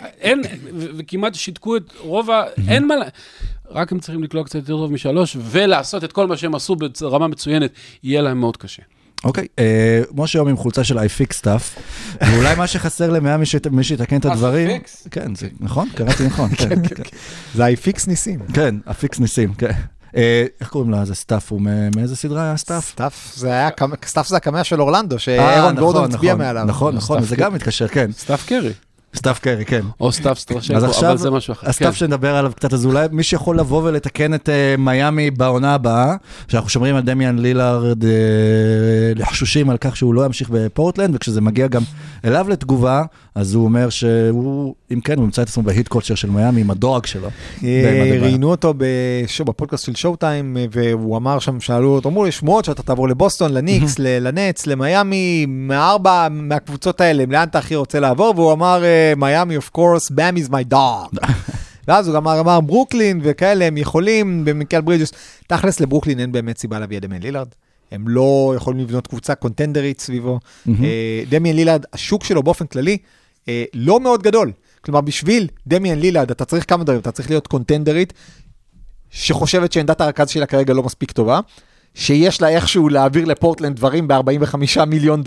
וכמעט שיתקו את רוב אין מה... רק הם צריכים לקלוע קצת יותר טוב מ3, ולעשות את כל מה שהם עשו ברמה מצוינת, יהיה להם מאוד קשה. אוקיי, כמו שהיום עם חולצה של iFix stuff, ואולי מה שחסר למאה מי שיתקן את הדברים, כן, זה נכון, קראתי נכון, זה iFix ניסים. כן, iFix ניסים, כן. איך קוראים לה? זה סטאפ, הוא מאיזה סדרה היה סטאפ? סטאפ זה הקמע של אורלנדו, שאירון גורדון הצביע מעליו. נכון, זה גם מתקשר, כן. סטאפ קרי. סטף קרי, כן. או סטף סטרשנקו, אז אבל עכשיו, זה משהו אחר. הסטף שנדבר עליו קצת, אז אולי מי שיכול לבוא ולתקן את מיאמי בעונה הבאה, שאנחנו שומרים על דמיאן לילארד לחשושים על כך שהוא לא ימשיך בפורטלנד, וכשזה מגיע גם אליו לתגובה, אז הוא אומר שהוא, אם כן, הוא ימצא את עצמו בהיט קולצ'ר של מיאמי עם הדורג שלו. ראיינו אותו בפודקאסט של שואו טיים, והוא אמר שם, שאלו אותו, אמרו, יש שמועות שאתה תעבור לבוסטון, לניקס, לנץ, למיאמי, מארבע מהקבוצות האלה, לאן אתה הכי רוצה לעבור? והוא אמר, מיאמי, of course, Bam is my dog. ואז הוא גם אמר, ברוקלין וכאלה, הם יכולים, במיקל ברידג'ס, תכלס לברוקלין אין באמת סיבה להביא את דמיאן לילארד. הם לא יכולים לבנות קבוצה קונטנדרית סביבו. דמיאן לילארד, השוק שלו באופן כללי, לא מאוד גדול. כלומר, בשביל דמיאן לילארד, אתה צריך כמה דברים, אתה צריך להיות קונטנדרית, שחושבת שעמדת הרכז שלה כרגע לא מספיק טובה, שיש לה איכשהו להעביר לפורטלנד דברים ב$45 מיליון,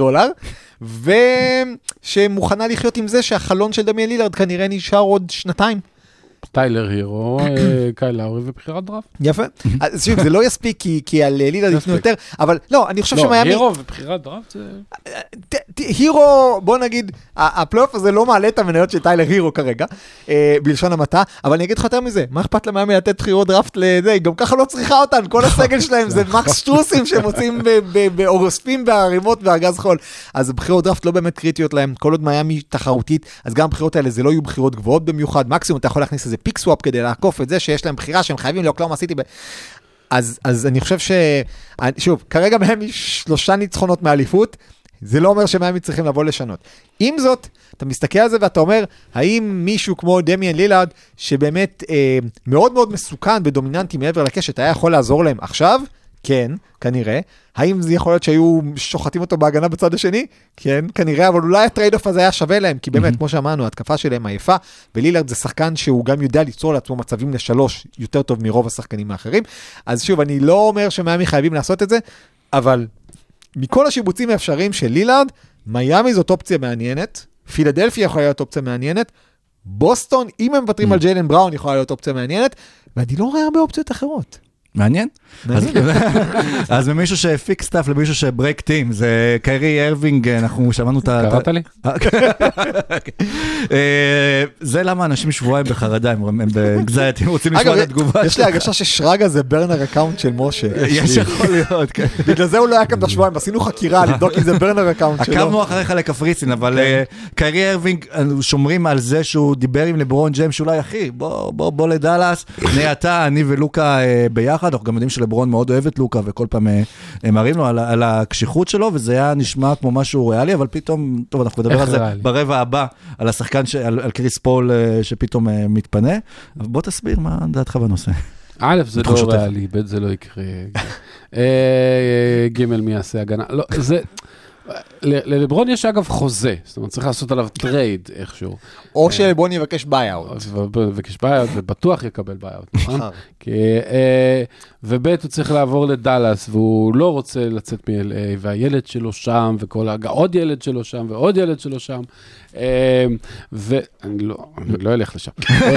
ושמוכנה לחיות עם זה שהחלון של דמיאן לילארד כנראה נשאר עוד שנתיים. טיילר הירו, קייל לאורי ובחירת דראפט. יפה. אז שוב, זה לא יספיק, כי על לילארד יפנו יותר, אבל לא, אני חושב שמיאמי... לא, הירו ובחירת דראפט זה... הירו, בוא נגיד, הפלייאוף הזה לא מעלה את המניות של טיילר הירו כרגע, בלשון המעטה, אבל אני אגיד לך יותר מזה, מה אכפת למיאמי לתת בחירות דראפט לזה? גם ככה לא צריכה אותן, כל הסגל שלהם זה מקס שטרוסים שמוצאים באורספים בערימות בארגז חול. אז בחירות דראפט לא באמת קריטיות להם, כל עוד מיאמי תחרותית, אז גם הבחירות האלה זה לא יהיו בחירות גבוהות במיוחד, מקסימום אתה יכול להכניס איזה פיק סוואפ כדי לעקוף את זה שיש להם בחירה שהם חייבים לאוקלאומה סיטי. אז אני חושב שוב, כרגע מיאמי 3 ניצחונות מאליפות, זה לא אומר שמיאמי צריכים לבוא לשנות. עם זאת, אתה מסתכל על זה ואתה אומר, האם מישהו כמו דמיאן לילארד, שבאמת מאוד מאוד מסוכן ודומיננטי מעבר לקשת, היה יכול לעזור להם עכשיו? כן, כנראה. האם זה יכול להיות שהיו שוחטים אותו בהגנה בצד השני? כן, כנראה, אבל אולי הטרייד-אוף הזה היה שווה להם, כי באמת, כמו שאמרנו, התקפה שלהם עייפה, ולילארד זה שחקן שהוא גם יודע ליצור לעצמו מצבים ל3 יותר טוב מרוב השחקנים האחרים. אז שוב, אני לא אומר שמיאמי חייבים לעשות את זה, אבל מכל השיבוצים האפשריים של לילארד, מיאמי זאת אופציה מעניינת, פילדלפיה יכולה להיות אופציה מעניינת, בוסטון, אם הם מוותרים על ג'יילן בראון, יכולה להיות אופציה מעניינת, ואני לא רואה הרבה אופציות אחרות. מעניין? אז ממישהו שהפיק סטאפ למישהו שברייק טים, זה קיירי ארווינג, אנחנו שמענו את ה... קראת לי? זה למה אנשים שבועיים בחרדה, הם בגזיית, הם רוצים לשמוע את התגובה. אגב, יש לי הרגשה ששרגה זה ברנר אקאונט של משה. יש יכול להיות, כן. בגלל זה הוא לא היה כאן בשבועיים, עשינו חקירה, לבדוק אם זה ברנר אקאונט שלו. עקבנו אחריך לקפריסין, אבל קיירי ארווינג, שומרים על זה שהוא דיבר עם לברון ג'יימס, שאולי אחי, בוא לדלס, אתה, אני ולוקה ביחד, אנחנו גם יודעים שלברון מאוד אוהב את לוקה, וכל פעם מראים לו על הקשיחות שלו, וזה היה נשמע כמו משהו ריאלי, אבל פתאום, טוב, אנחנו נדבר על זה ברבע הבא, על השחקן, על קריס פול שפתאום מתפנה. בוא תסביר מה דעתך בנושא. א', זה לא ריאלי, ב', זה לא יקרה. ג', מי יעשה הגנה. לא, זה... ללברון יש אגב חוזה, זאת אומרת צריך לעשות עליו טרייד איכשהו. או שלברון יבקש ביי-אוט. יבקש ביי-אוט ובטוח יקבל ביי-אוט, נכון? וב' הוא צריך לעבור לדלס והוא לא רוצה לצאת מ-LA והילד שלו שם עוד ילד שלו שם ועוד ילד שלו שם ואני לא אלך לשם.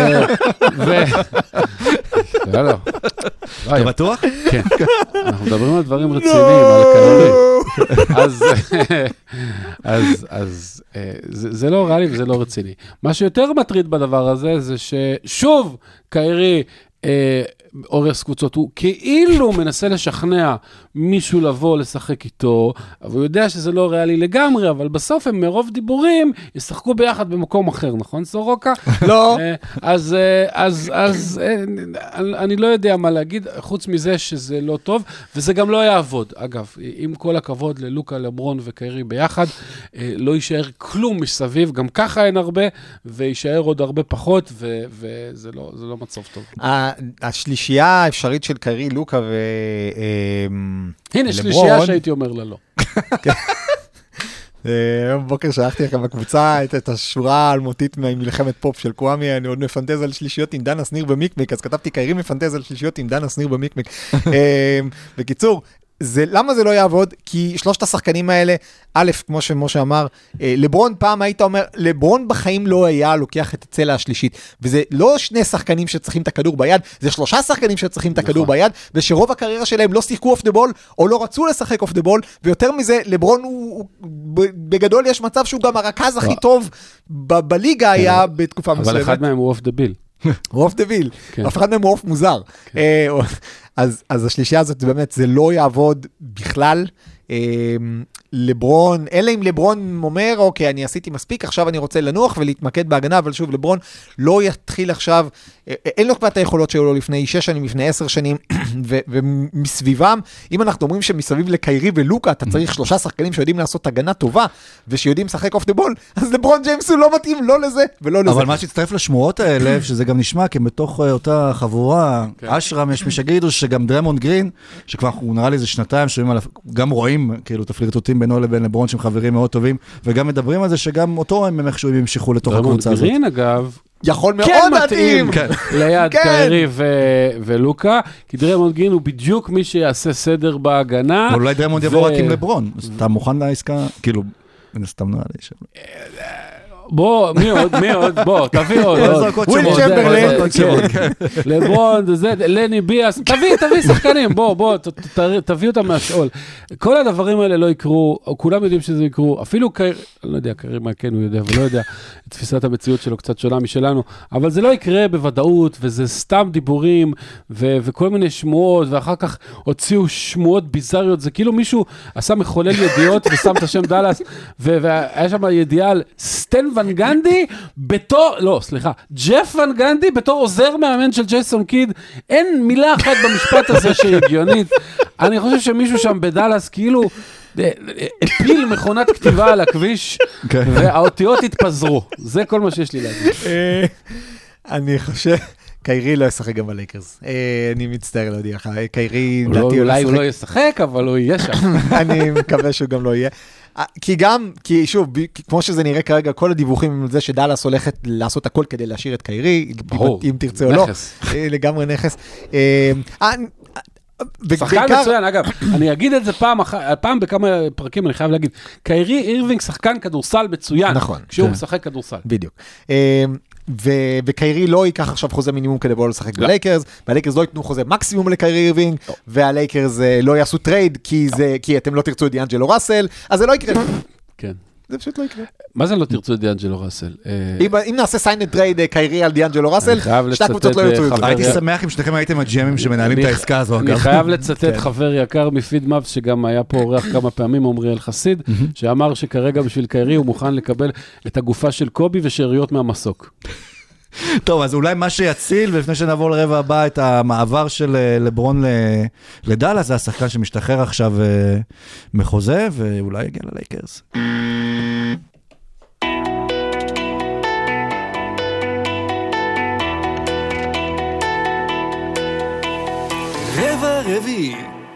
לא. אתה בטוח? כן. אנחנו מדברים על דברים רציניים, על קלורי. אז זה לא ריאלי וזה לא רציני. מה שיותר מטריד בדבר הזה, זה ששוב, קיירי, אורס קבוצות, הוא כאילו מנסה לשכנע מישהו לבוא לשחק איתו, אבל הוא יודע שזה לא ריאלי לגמרי, אבל בסוף הם מרוב דיבורים ישחקו ביחד במקום אחר, נכון סורוקה? לא. אז אני לא יודע מה להגיד, חוץ מזה שזה לא טוב, וזה גם לא יעבוד. אגב, עם כל הכבוד ללוקה, לברון וקיירי ביחד, לא יישאר כלום מסביב, גם ככה אין הרבה, ויישאר עוד הרבה פחות, וזה לא מצב טוב. השלישייה האפשרית של קיירי, לוקה הנה, שלישייה שהייתי אומר לה לא. בבוקר שלחתי לכם בקבוצה את השורה האלמותית ממלחמת פופ של קוואמי, אני עוד מפנטז על שלישיות עם דנה שניר במיקמיק, אז כתבתי קיירי מפנטז על שלישיות עם דנה שניר במיקמיק. בקיצור, למה זה לא יעבוד? כי שלושת השחקנים האלה, א', כמו שמשה אמר, לברון פעם היית אומר, לברון בחיים לא היה לוקח את הצלע השלישית, וזה לא שני שחקנים שצריכים את הכדור ביד, זה 3 שחקנים שצריכים את הכדור ביד, ושרוב הקריירה שלהם לא שיחקו אוף דה בול, או לא רצו לשחק אוף דה בול, ויותר מזה, לברון בגדול יש מצב שהוא גם הרכז הכי טוב בליגה היה בתקופה מסוימת. אבל אחד מהם הוא אוף דה ביל. הוא אוף דה ביל, אף אחד מהם הוא אוף מוזר. אז השלישייה הזאת באמת, זה לא יעבוד בכלל. לברון, אלא אם לברון אומר, אוקיי, אני עשיתי מספיק, עכשיו אני רוצה לנוח ולהתמקד בהגנה, אבל שוב, לברון לא יתחיל עכשיו, אין לו כבר את היכולות שלו לפני 6 שנים, לפני 10 שנים, ומסביבם, אם אנחנו אומרים שמסביב לקיירי ולוקה, אתה צריך 3 שחקנים שיודעים לעשות הגנה טובה, ושיודעים לשחק אוף דה בול, אז לברון ג'יימס הוא לא מתאים, לא לזה ולא לזה. אבל מה שהצטרף לשמועות האלה, שזה גם נשמע, כי בתוך אותה חבורה, אשרם, יש מי שגידו שגם דרמונד גרין, שכבר הוא נראה לי איזה 2 שנים, גם רואים כאילו את הפלירטוטים בינו לבין לברון שהם חברים מאוד טובים, וגם מדברים על זה שגם אותו הם איכשהו ימשיכו לתוך הקבוצה הזאת. דרמונד גרין אגב, יכול מאוד מתאים ליד קיירי ולוקה, כי דרמונד גרין הוא בדיוק מי שיעשה סדר בהגנה. אולי דרמונד יבוא רק עם לברון, אז אתה מוכן לעסקה? כאילו, סתם נראה לי שם. בוא, מי עוד? בוא, תביא עוד. וויל צ'מברלין. לברון, לני ביאס, תביא שחקנים, בוא, תביא אותם מהשאול. כל הדברים האלה לא יקרו, כולם יודעים שזה יקרו, אפילו אני לא יודע, קרי מה כן הוא יודע, ולא יודע, תפיסת המציאות שלו קצת שונה משלנו, אבל זה לא יקרה בוודאות, וזה סתם דיבורים, וכל מיני שמועות, ואחר כך הוציאו שמועות ביזריות, זה כאילו מישהו עשה מחולל ידיעות, ושם את השם דלס, והיה שם ידיעה על סטן ון גנדי ג'ף ון גנדי בתור עוזר מאמן של ג'ייסון קיד, אין מילה אחת במשפט הזה שהיא הגיונית. אני חושב שמישהו שם בדלס כאילו הפיל מכונת כתיבה על הכביש, והאותיות התפזרו. זה כל מה שיש לי להגיד. אני חושב... קיירי לא ישחק גם בלייקרס. אני מצטער להודיע לך. קיירי... אולי הוא לא ישחק, אבל הוא יהיה שם. אני מקווה שהוא גם לא יהיה. כי שוב, כמו שזה נראה כרגע, כל הדיווחים עם זה שדלס הולכת לעשות הכל כדי להשאיר את קיירי, אם תרצה או לא. לגמרי נכס. שחקן מצוין, אגב, אני אגיד את זה פעם בכמה פרקים, אני חייב להגיד, קיירי אירווינג שחקן כדורסל מצוין, נכון, כשהוא משחק כדורסל. בדיוק. וקיירי לא ייקח עכשיו חוזה מינימום כדי בוא לשחק בלייקרס, והלייקרס לא ייתנו חוזה מקסימום לקיירי אירווינג, והלייקרס לא יעשו טרייד, כי אתם לא תרצו את דיאנג'לו ראסל, אז זה לא יקרה. כן. זה פשוט לא יקרה. מה זה לא תרצו את דיאנג'לו ראסל? אם נעשה סיינד טרייד קיירי על דיאנג'לו ראסל, שתי הקבוצות לא ירצו את זה. הייתי שמח אם שניכם הייתם הג'יאמים שמנהלים את העסקה הזו. אני חייב לצטט חבר יקר מפיד מאפס, שגם היה פה אורח כמה פעמים, עומריאל חסיד, שאמר שכרגע בשביל קיירי הוא מוכן לקבל את הגופה של קובי ושאריות מהמסוק. טוב, אז אולי מה שיציל, ולפני שנעבור לרבע הבא, את המעבר של לברון לדלס, זה השחקן שמשתחרר עכשיו מחוזה, ואולי יגיע ללייקרס. רבע רביעי.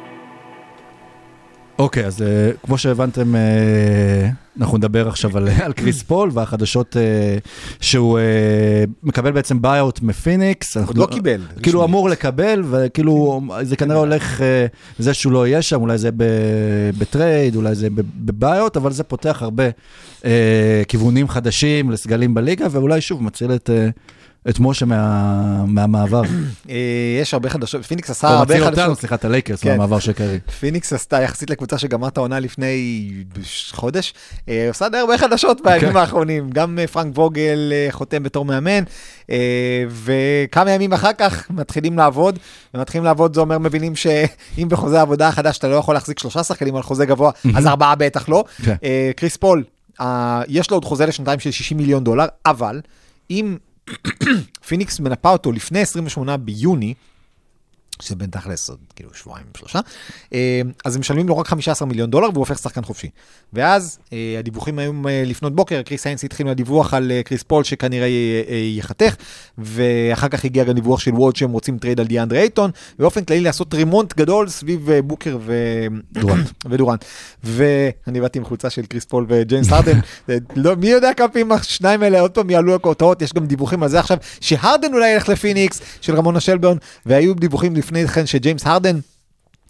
אוקיי, אז כמו שהבנתם, אנחנו נדבר עכשיו על קריס פול, והחדשות שהוא מקבל בעצם ביי-אוט מפיניקס. עוד לא קיבל. כאילו אמור לקבל, וכאילו זה כנראה הולך זה שהוא לא יהיה שם, אולי זה בטרייד, אולי זה בביי-אוט, אבל זה פותח הרבה כיוונים חדשים לסגלים בליגה, ואולי שוב מציל את משה מהמעבר. יש הרבה חדשות, פיניקס עשה הרבה חדשות. מציל אותנו, סליחה, את הלייקרס מהמעבר של קיירי. פיניקס עשתה יחסית לקבוצה שגמרת העונה לפני חודש, עושה די הרבה חדשות בימים האחרונים, גם פרנק ווגל חותם בתור מאמן, וכמה ימים אחר כך מתחילים לעבוד, ומתחילים לעבוד זה אומר מבינים שאם בחוזה העבודה החדש אתה לא יכול להחזיק 3 שחקנים על חוזה גבוה, אז 4 בטח לא. קריס פול, יש לו עוד חוזה לשנתיים של $60 מיליון, אבל אם פיניקס מנפה אותו לפני 28 ביוני, שזה בין תכלס, כאילו 2-3, אז הם משלמים לו רק $15 מיליון, והוא הופך שחקן חופשי. ואז הדיווחים היום לפנות בוקר, קריס היינס התחיל מהדיווח על קריס פול, שכנראה יחתך, ואחר כך הגיע גם דיווח של ווד, שהם רוצים טרייד על דיאנדרי אייטון, ובאופן כללי לעשות רימונט גדול סביב בוקר ודורנט. ואני באתי עם חולצה של קריס פול וג'יימס הרדן, מי יודע כמה פעמים השניים האלה עוד פעם יעלו הכותרות, יש גם דיווחים על זה עכשיו, שהרדן אולי ילך לפיניקס, של רמונה שלברן, והיו דיווחים לפני כן שג'יימס הרדן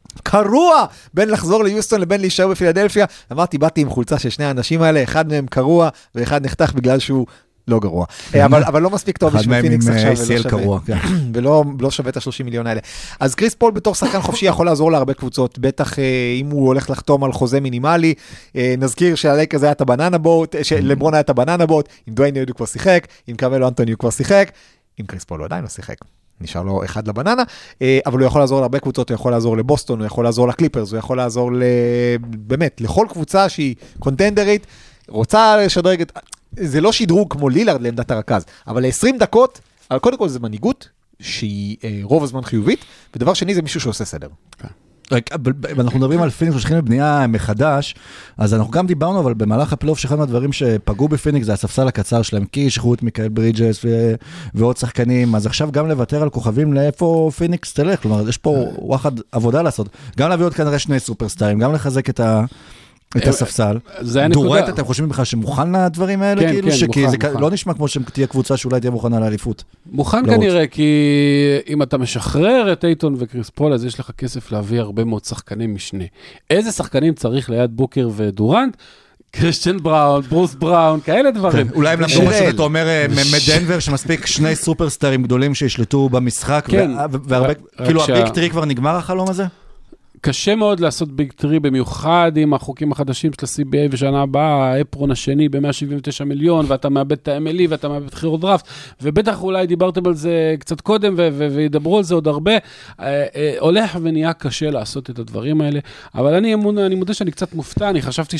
קרוע בין לחזור ליוסטון לבין להישאר בפילדלפיה. אמרתי, באתי עם חולצה של שני האנשים האלה, אחד מהם קרוע ואחד נחתך בגלל שהוא לא גרוע. אבל לא מספיק טוב בשביל פיניקס עכשיו, ולא שווה את ה-30 מיליון האלה. אז קריס פול בתור שחקן חופשי יכול לעזור להרבה קבוצות, בטח אם הוא הולך לחתום על חוזה מינימלי. נזכיר שהלייקרס היה את הבננה בוט, שלברון היה את הבננה בוט, עם דוויין ויד הוא כבר שיחק, עם קרמלו אנטוני הוא כבר שיחק, עם קריס פול הוא עדיין לא שיחק. נשאר לו אחד לבננה, אבל הוא יכול לעזור להרבה קבוצות, הוא יכול לעזור לבוסטון, הוא יכול לעזור לקליפרס, הוא יכול לעזור באמת, לכל קבוצה שהיא קונטנדרית, רוצה לשדרג את... זה לא שדרוג כמו לילארד לעמדת הרכז, אבל ל-20 דקות, קודם כל זה מנהיגות, שהיא רוב הזמן חיובית, ודבר שני זה מישהו שעושה סדר. אנחנו מדברים על פיניקס ששכים לבנייה מחדש, אז אנחנו גם דיברנו, אבל במהלך הפלייאוף שאחד מהדברים שפגעו בפיניקס זה הספסל הקצר שלהם, כי שחררו את מיקאל ברידג'ס ועוד שחקנים, אז עכשיו גם לוותר על כוכבים לאיפה פיניקס תלך, כלומר יש פה וואחד עבודה לעשות, גם להביא עוד כנראה שני סופרסטארים, גם לחזק את הספסל. דורט, אתם חושבים בכלל שמוכן לדברים האלה? כן, כן, כי זה מוכן. לא נשמע כמו שתהיה קבוצה שאולי תהיה מוכנה לאליפות. מוכן כנראה, כי אם אתה משחרר את אייטון וקריס פול, אז יש לך כסף להביא הרבה מאוד שחקנים משנה. איזה שחקנים צריך ליד בוקר ודורנט? קריסטיאן בראון, ברוס בראון, כאלה דברים. אולי הם למדו מה שאתה אומר מדנבר, שמספיק שני סופרסטרים גדולים שישלטו במשחק, כאילו הביג טרי כבר נגמר החלום הזה? קשה מאוד לעשות ביג טרי, במיוחד עם החוקים החדשים של ה-CBA ושנה הבאה, האפרון השני ב-179 מיליון, ואתה מאבד את ה-MLE ואתה מאבד את חירות דראפט, ובטח אולי דיברתם על זה קצת קודם, וידברו על זה עוד הרבה, הולך ונהיה קשה לעשות את הדברים האלה, אבל אני מודה שאני קצת מופתע, אני חשבתי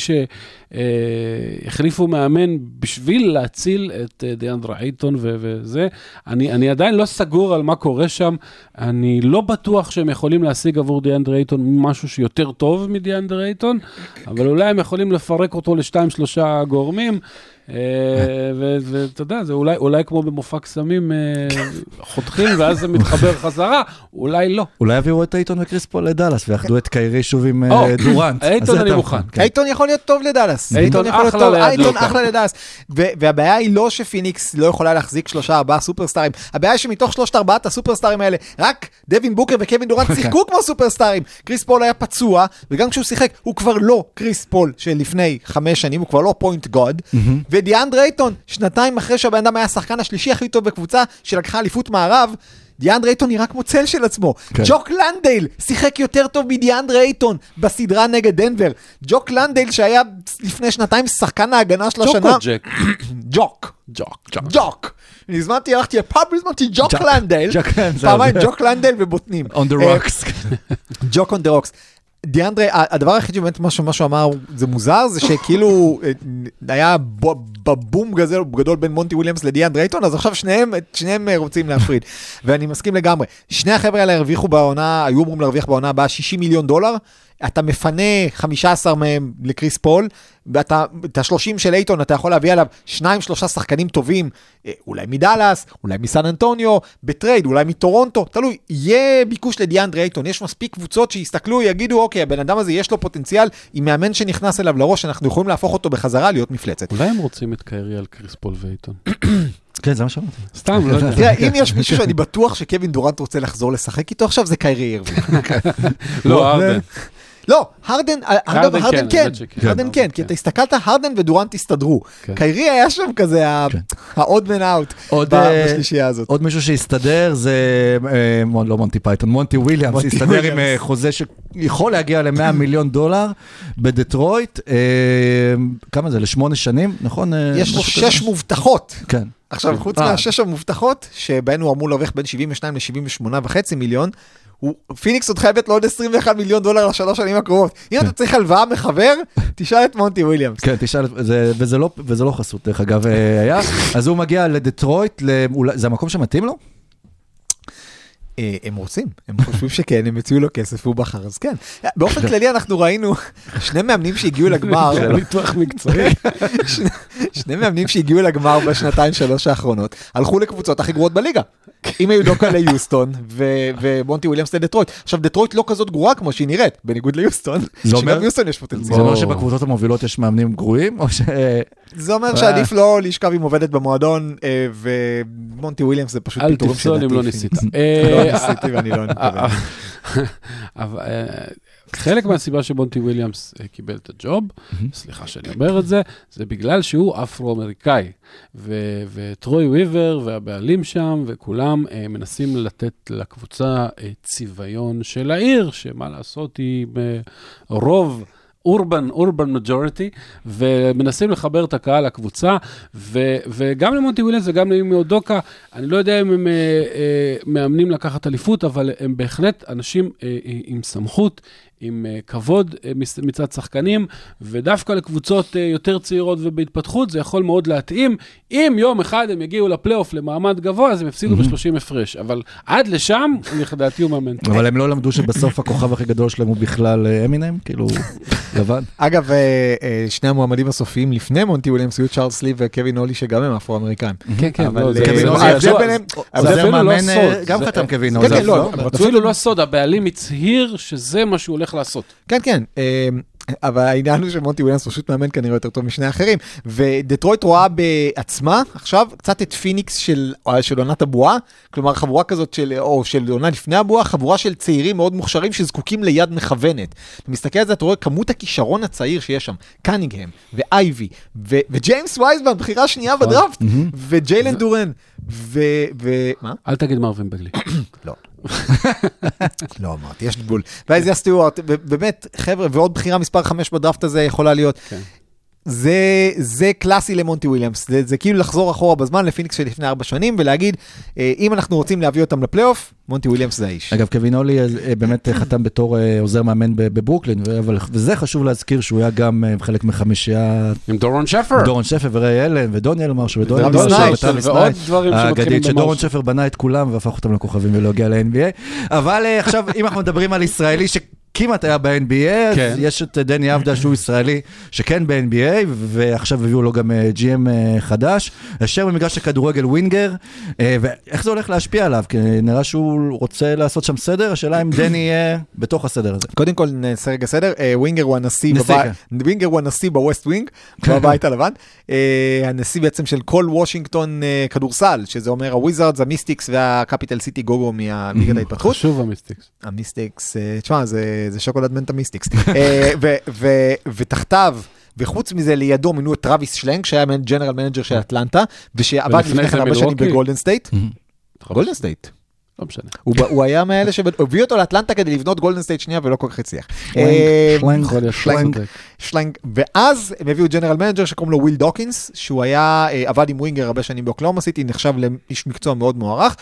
שהחליפו מאמן בשביל להציל את דיאנדרה אייטון וזה, אני עדיין לא סגור על מה קורה שם, אני לא בטוח שהם יכולים להשיג עבור דיאנדרה אייטון משהו שיותר טוב מדיאנדרה אייטון, אבל אולי הם יכולים לפרק אותו ל2-3 גורמים, ואתה יודע, זה אולי כמו במופע קסמים חותכים, ואז זה מתחבר חזרה, אולי לא. אולי יביאו את אייטון וקריס פול לדלס, ויחדו את קיירי שוב עם דורנט. אייטון אני מוכן. אייטון יכול להיות טוב לדלס. אייטון אחלה לדלס. והבעיה היא לא שפיניקס לא יכולה להחזיק 3-4 סופרסטארים, הבעיה היא שמתוך 3-4 הסופרסטארים האלה, רק דווין בוקר וקווין דורנט שיחקו כמו סופרסטארים. קריס פול היה פצוע, וגם כשהוא שיחק, הוא כבר לא קריס פול של לפני 5 שנים, הוא כבר לא פוינט גוד, ודיאנדרה אייטון, שנתיים אחרי שהבן אדם היה השחקן השלישי הכי טוב בקבוצה שלקחה אליפות מערב, דיאנדרה אייטון נראה כמו צל של עצמו. ג'וק לנדייל שיחק יותר טוב מדיאנדרה אייטון בסדרה נגד דנבר. ג'וק לנדייל שהיה לפני שנתיים שחקן ההגנה של השנה. ג'וק. נזמנתי, הלכתי לפאב, נזמנתי ג'וק לנדייל. פעמיים ג'וק לנדייל ובוטנים. On the rocks. ג'וק on the rocks. דיאנדרה, הדבר היחיד שבאמת מה שהוא אמר זה מוזר, זה שכאילו היה בבום גדול בין מונטי וויליאמס לדיאנדרה אייטון, אז עכשיו שניהם רוצים להפריד, ואני מסכים לגמרי. שני החבר'ה האלה הרוויחו בעונה, היו אמורים להרוויח בעונה הבאה $60 מיליון, אתה מפנה 15 מהם לקריס פול, ואת ה-30 של אייטון אתה יכול להביא עליו 2-3 שחקנים טובים, אולי מדלס, אולי מסן אנטוניו, בטרייד, אולי מטורונטו, תלוי, יהיה ביקוש לדיאנדרה אייטון, יש מספיק קבוצות שיסתכלו, יגידו, אוקיי, הבן אדם הזה יש לו פוטנציאל, עם מאמן שנכנס אליו לראש, אנחנו יכולים להפוך אותו בחזרה להיות מפלצת. אולי הם רוצים את קיירי על קריס פול ואייטון. כן, זה מה שאמרתי. סתם, לא יודע. תראה, אם יש מישהו שאני בטוח שקווין דורנט רוצה לחזור לשחק איתו עכשיו, זה קיירי אירווינג. לא, הרדן. לא, הרדן כן, כי אתה הסתכלת, הרדן ודורנט הסתדרו. קיירי היה שם כזה ה-odd man out בשלישייה הזאת. עוד מישהו שהסתדר זה, לא מונטי פייתון, מונטי וויליאמס, הסתדר עם חוזה שיכול להגיע ל$100 מיליון בדטרויט, כמה זה, ל8 שנים, נכון? יש לו 6 מובטחות. כן. עכשיו, חוץ מה6 המובטחות, שבהן הוא אמור להרוויח בין 72 ל$78.5 מיליון, פיניקס עוד חייבת לו עוד $21 מיליון ל3 שנים הקרובות. אם אתה צריך הלוואה מחבר, תשאל את מונטי וויליאמס. כן, תשאל, וזה לא חסות, דרך אגב, היה. אז הוא מגיע לדטרויט, זה המקום שמתאים לו? הם רוצים, הם חושבים שכן, הם הציעו לו כסף והוא בחר, אז כן. באופן כללי אנחנו ראינו 2 מאמנים שהגיעו לגמר. זה ניתוח מקצועי. שני מאמנים שהגיעו לגמר בשנתיים שלוש האחרונות, הלכו לקבוצות הכי גרועות בליגה. אם היו דוקה ליוסטון ומונטי וויליאמס לדטרויט. עכשיו, דטרויט לא כזאת גרועה כמו שהיא נראית, בניגוד ליוסטון, שגם יוסטון יש פוטנציאל. זה אומר שבקבוצות המובילות יש מאמנים גרועים? זה אומר שעדיף לא לשכב עם עובדת במועדון, ומונטי וויליאמס זה פשוט פיתורים של אל תפסול אם לא ניסית. לא ניסיתי ואני לא נקבל. חלק מהסיבה שמונטי וויליאמס קיבל את הג'וב, סליחה שאני אומר את זה, זה בגלל שהוא אפרו-אמריקאי, וטרוי וויבר והבעלים שם, וכולם מנסים לתת לקבוצה צביון של העיר, שמה לעשות היא ברוב אורבן מג'וריטי, ומנסים לחבר את הקהל לקבוצה, וגם למונטי וויליאמס וגם לאודוקה, אני לא יודע אם הם מאמנים לקחת אליפות, אבל הם בהחלט אנשים עם סמכות, עם כבוד מצד שחקנים, ודווקא לקבוצות יותר צעירות ובהתפתחות, זה יכול מאוד להתאים. אם יום אחד הם יגיעו לפלייאוף למעמד גבוה, אז הם הפסידו ב-30 הפרש. אבל עד לשם, לדעתי הוא מאמן. אבל הם לא למדו שבסוף הכוכב הכי גדול שלהם הוא בכלל אמינם, כאילו לבן. אגב, שני המועמדים הסופיים לפני מונטי וויליאמס היו צ'ארלס לי וקווין הולי, שגם הם אפרו-אמריקאים. כן, כן. זה מאמן, גם חתם קווין הולי. אפילו לא סוד, הבעלים הצהיר שזה מה שהוא הולך לעשות. כן, כן. אבל העניין הוא שמונטי וויליאמס פשוט מאמן כנראה יותר טוב משני האחרים, ודטרויט רואה בעצמה עכשיו קצת את פיניקס של עונת הבועה, כלומר חבורה כזאת או של עונה לפני הבועה, חבורה של צעירים מאוד מוכשרים שזקוקים ליד מכוונת. אתה מסתכל על זה, אתה רואה כמות הכישרון הצעיר שיש שם, קנינגהם ואייבי וג'יימס וייזמן, בחירה שנייה בדראפט, וג'יילן דורן מה? אל תגיד מרווין בגלי. לא. לא אמרתי, יש גבול. ואיזיה סטיוארט, באמת, חבר'ה, ועוד בחירה מספר 5 בדראפט הזה יכולה להיות. זה קלאסי למונטי וויליאמס. זה כאילו לחזור אחורה בזמן לפיניקס של לפני 4 שנים, ולהגיד, אם אנחנו רוצים להביא אותם לפלייאוף, מונטי וויליאמס זה האיש. אגב, קווין הולי באמת חתם בתור עוזר מאמן בברוקלין, וזה חשוב להזכיר שהוא היה גם חלק מחמישייה... עם דורון שפר. דורון שפר וריי אלן, ודוניאל מרשו, ועוד דברים שמתחילים שדורון שפר בנה את כולם, והפך אותם לכוכבים ולא הגיע ל-NBA. אבל עכשיו, אם אנחנו מדברים על ישראלי כמעט היה ב-NBA, אז יש את דני אבדה שהוא ישראלי שכן ב-NBA, ועכשיו הביאו לו גם GM חדש, אשר במגרש הכדורגל ווינגר, ואיך זה הולך להשפיע עליו? כי נראה שהוא רוצה לעשות שם סדר, השאלה אם דני יהיה בתוך הסדר הזה. קודם כל נעשה רגע סדר, ווינגר הוא הנשיא בווסט ווינג, בבית הלבן, הנשיא בעצם של כל וושינגטון כדורסל, שזה אומר הוויזארדס, המיסטיקס והקפיטל סיטי גוגו מהליגת ההתפתחות. חשוב המיסטיקס. המיסטיקס, תשמע, זה שוקולד מנטה מיסטיקס. ותחתיו, וחוץ מזה לידו מינו את טרוויס שלנג, שהיה ג'נרל מנג'ר של אטלנטה, ושעבד לפני כן הרבה שנים בגולדן סטייט. גולדן סטייט. לא משנה. הוא היה מאלה שהביא אותו לאטלנטה כדי לבנות גולדן סטייט שנייה, ולא כל כך הצליח. שלנג. ואז הם הביאו ג'נרל מנג'ר שקוראים לו וויל דוקינס, שהוא היה, עבד עם ווינגר הרבה שנים באוקלהומה סיטי, נחשב לאיש מקצוע מאוד מוערך,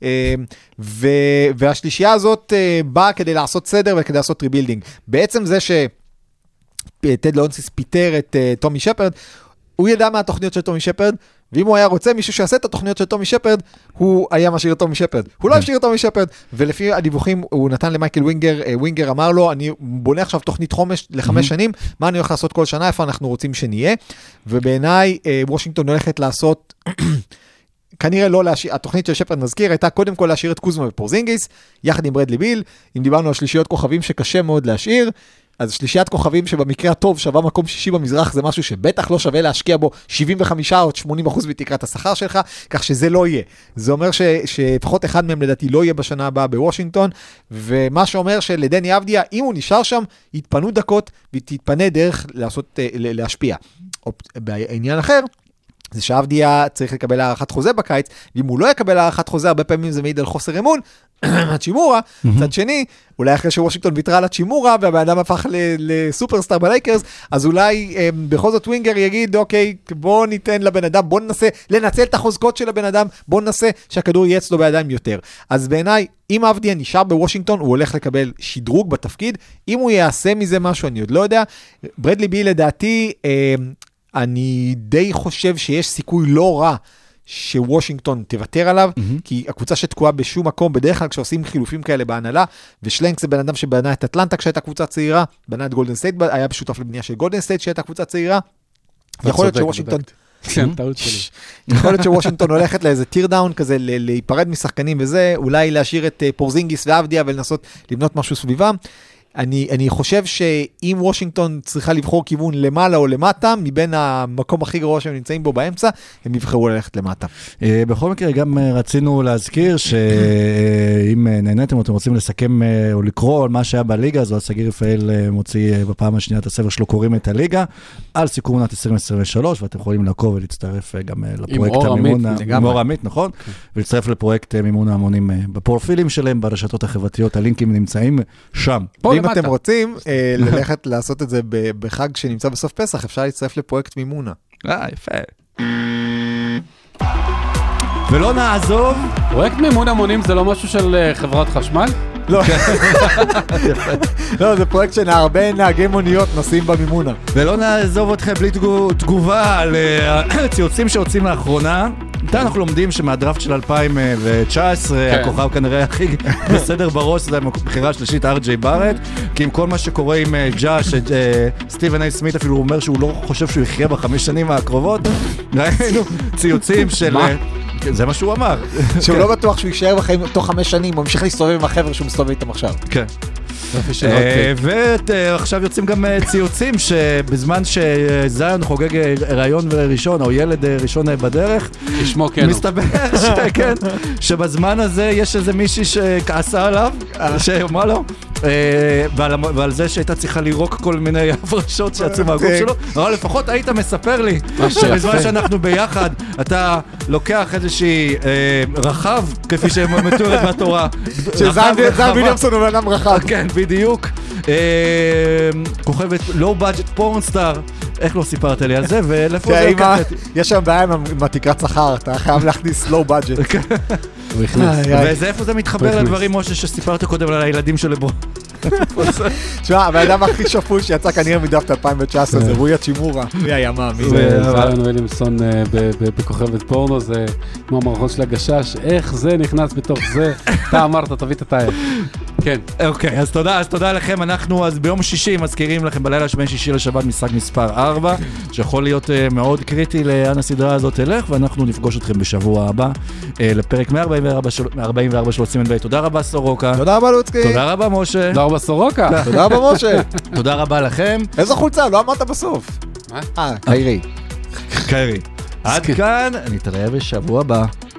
והשלישייה הזאת באה כדי לעשות סדר וכדי לעשות ריבילדינג. בעצם זה שטד לאונסיס פיטר את טומי שפרד, הוא ידע מה התוכניות של טומי שפרד, ואם הוא היה רוצה מישהו שיעשה את התוכניות של טומי שפרד, הוא היה משאיר את טומי שפרד. הוא לא השאיר את טומי שפרד, ולפי הדיווחים הוא נתן למייקל ווינגר, ווינגר אמר לו, אני בונה עכשיו תוכנית חומש ל5 שנים, מה אני הולך לעשות כל שנה, איפה אנחנו רוצים שנהיה, ובעיניי וושינגטון הולכת לעשות, כנראה לא להשאיר, התוכנית של שפרד נזכיר, הייתה קודם כל להשאיר את קוזמה ופורזינגיס, יחד עם ברדלי ביל, אם דיברנו על שלישיות כוכבים שקשה מאוד להשאיר, אז שלישיית כוכבים שבמקרה הטוב שווה מקום 6 במזרח, זה משהו שבטח לא שווה להשקיע בו 75 או 80% בתקרת השכר שלך, כך שזה לא יהיה. זה אומר שפחות אחד מהם לדעתי לא יהיה בשנה הבאה בוושינגטון, ומה שאומר שלדני אבדיה, אם הוא נשאר שם, יתפנו דקות ותתפנה דרך להשפיע. בעניין אחר, זה שאבדיה צריך לקבל הערכת חוזה בקיץ, ואם הוא לא יקבל הערכת חוזה, הרבה פעמים זה מעיד על חוסר אמון, הצ'ימורה, צד שני, אולי אחרי שוושינגטון ויתרה על הצ'ימורה, והבן אדם הפך לסופרסטאר בלייקרס, אז אולי בכל זאת ווינגר יגיד, אוקיי, בוא ניתן לבן אדם, בוא ננסה לנצל את החוזקות של הבן אדם, בוא ננסה שהכדור יהיה אצלו בידיים יותר. אז בעיניי, אם אבדיה נשאר בוושינגטון, הוא הולך לקבל שדרוג בתפקיד, אם הוא יעשה מזה משהו, אני עוד לא יודע. ברדלי ביל לדעתי, אני די חושב שיש סיכוי לא רע שוושינגטון תוותר עליו, כי הקבוצה שתקועה בשום מקום, בדרך כלל כשעושים חילופים כאלה בהנהלה, ושלנק זה בן אדם שבנה את אטלנטה כשהייתה קבוצה צעירה, בנה את גולדן סטייט, היה בשותף לבנייה של גולדן סטייט שהייתה קבוצה צעירה, יכול להיות שוושינגטון כן, טעות שלי. יכול להיות שוושינגטון הולכת לאיזה טיר דאון כזה, להיפרד משחקנים וזה, אולי להשאיר את פורזינגיס ואבדיה ולנסות לבנות משהו סביבם. אני חושב שאם וושינגטון צריכה לבחור כיוון למעלה או למטה, מבין המקום הכי גרוע שהם נמצאים בו באמצע, הם יבחרו ללכת למטה. בכל מקרה, גם רצינו להזכיר שאם נהניתם או אתם רוצים לסכם או לקרוא על מה שהיה בליגה, אז סגיר רפאל מוציא בפעם השנייה את הספר שלו, קוראים את הליגה, על סיכום עונת 2023, ואתם יכולים לעקוב ולהצטרף גם לפרויקט המימון, עם אור עמית, נכון? ולהצטרף לפרויקט מימון ההמונים בפרופילים שלהם, ברשתות החברתיות, הלינקים נמצאים שם. אם אתם רוצים ללכת לעשות את זה בחג שנמצא בסוף פסח, אפשר להצטרף לפרויקט מימונה. יפה. ולא נעזוב. פרויקט מימון המונים זה לא משהו של חברת חשמל? לא. לא, זה פרויקט שהרבה נהגי מוניות נוסעים במימונה. ולא נעזוב אתכם בלי תגובה על הציוצים שיוצאים לאחרונה. איתה אנחנו לומדים שמהדראפט של 2019, הכוכב כנראה הכי בסדר בראש, זה הבחירה השלישית אר.ג'יי בארט, כי עם כל מה שקורה עם ג'אש, סטיבן איי סמית אפילו אומר שהוא לא חושב שהוא יחיה ב5 שנים הקרובות, ראינו ציוצים של... זה מה שהוא אמר. שהוא לא בטוח שהוא יישאר בחיים תוך 5 שנים, הוא ממשיך להסתובב עם החבר'ה שהוא מסתובב איתם עכשיו. כן. ועכשיו יוצאים גם ציוצים שבזמן שזיון חוגג רעיון ראשון או ילד ראשון בדרך, מסתבר שבזמן הזה יש איזה מישהי שכעסה עליו, שאומר לו, ועל זה שהייתה צריכה לירוק כל מיני הפרשות שיצאו מהגוף שלו, אבל לפחות היית מספר לי שבזמן שאנחנו ביחד אתה לוקח איזושהי רחב, כפי שמתוארת בתורה, שזיון ויליאמסון הוא אדם רחב. כן, בדיוק. כוכבת לואו בדג'ט פורנסטאר, איך לא סיפרת לי על זה, ולפור זה לקחת. יש שם בעיה עם התקרת שכר, אתה חייב להכניס לואו בדג'ט. וזה איפה זה מתחבר לדברים, משה, שסיפרת קודם על הילדים של לברון. תשמע, האדם הכי שפוי שיצא כנראה מדראפט 2019, זה רועי צ'ימורה. מי היה מאמין? זיון ויליאמסון בכוכבת פורנו, זה כמו המערכות של הגשש, איך זה נכנס בתוך זה? אתה אמרת, תביא את התאי. כן. אוקיי, אז תודה לכם. אנחנו אז ביום שישי מזכירים לכם בלילה שבין שישי לשבת משחק מספר 4, שיכול להיות מאוד קריטי לאן הסדרה הזאת תלך, ואנחנו נפגוש אתכם בשבוע הבא לפרק 144 של סימן ביי. תודה רבה סורוקה. תודה רבה לוצקי. תודה רבה משה. תודה רבה סורוקה. תודה רבה משה. תודה רבה לכם. איזו חולצה? לא אמרת בסוף. מה? קיירי. עד כאן, נתראה בשבוע הבא.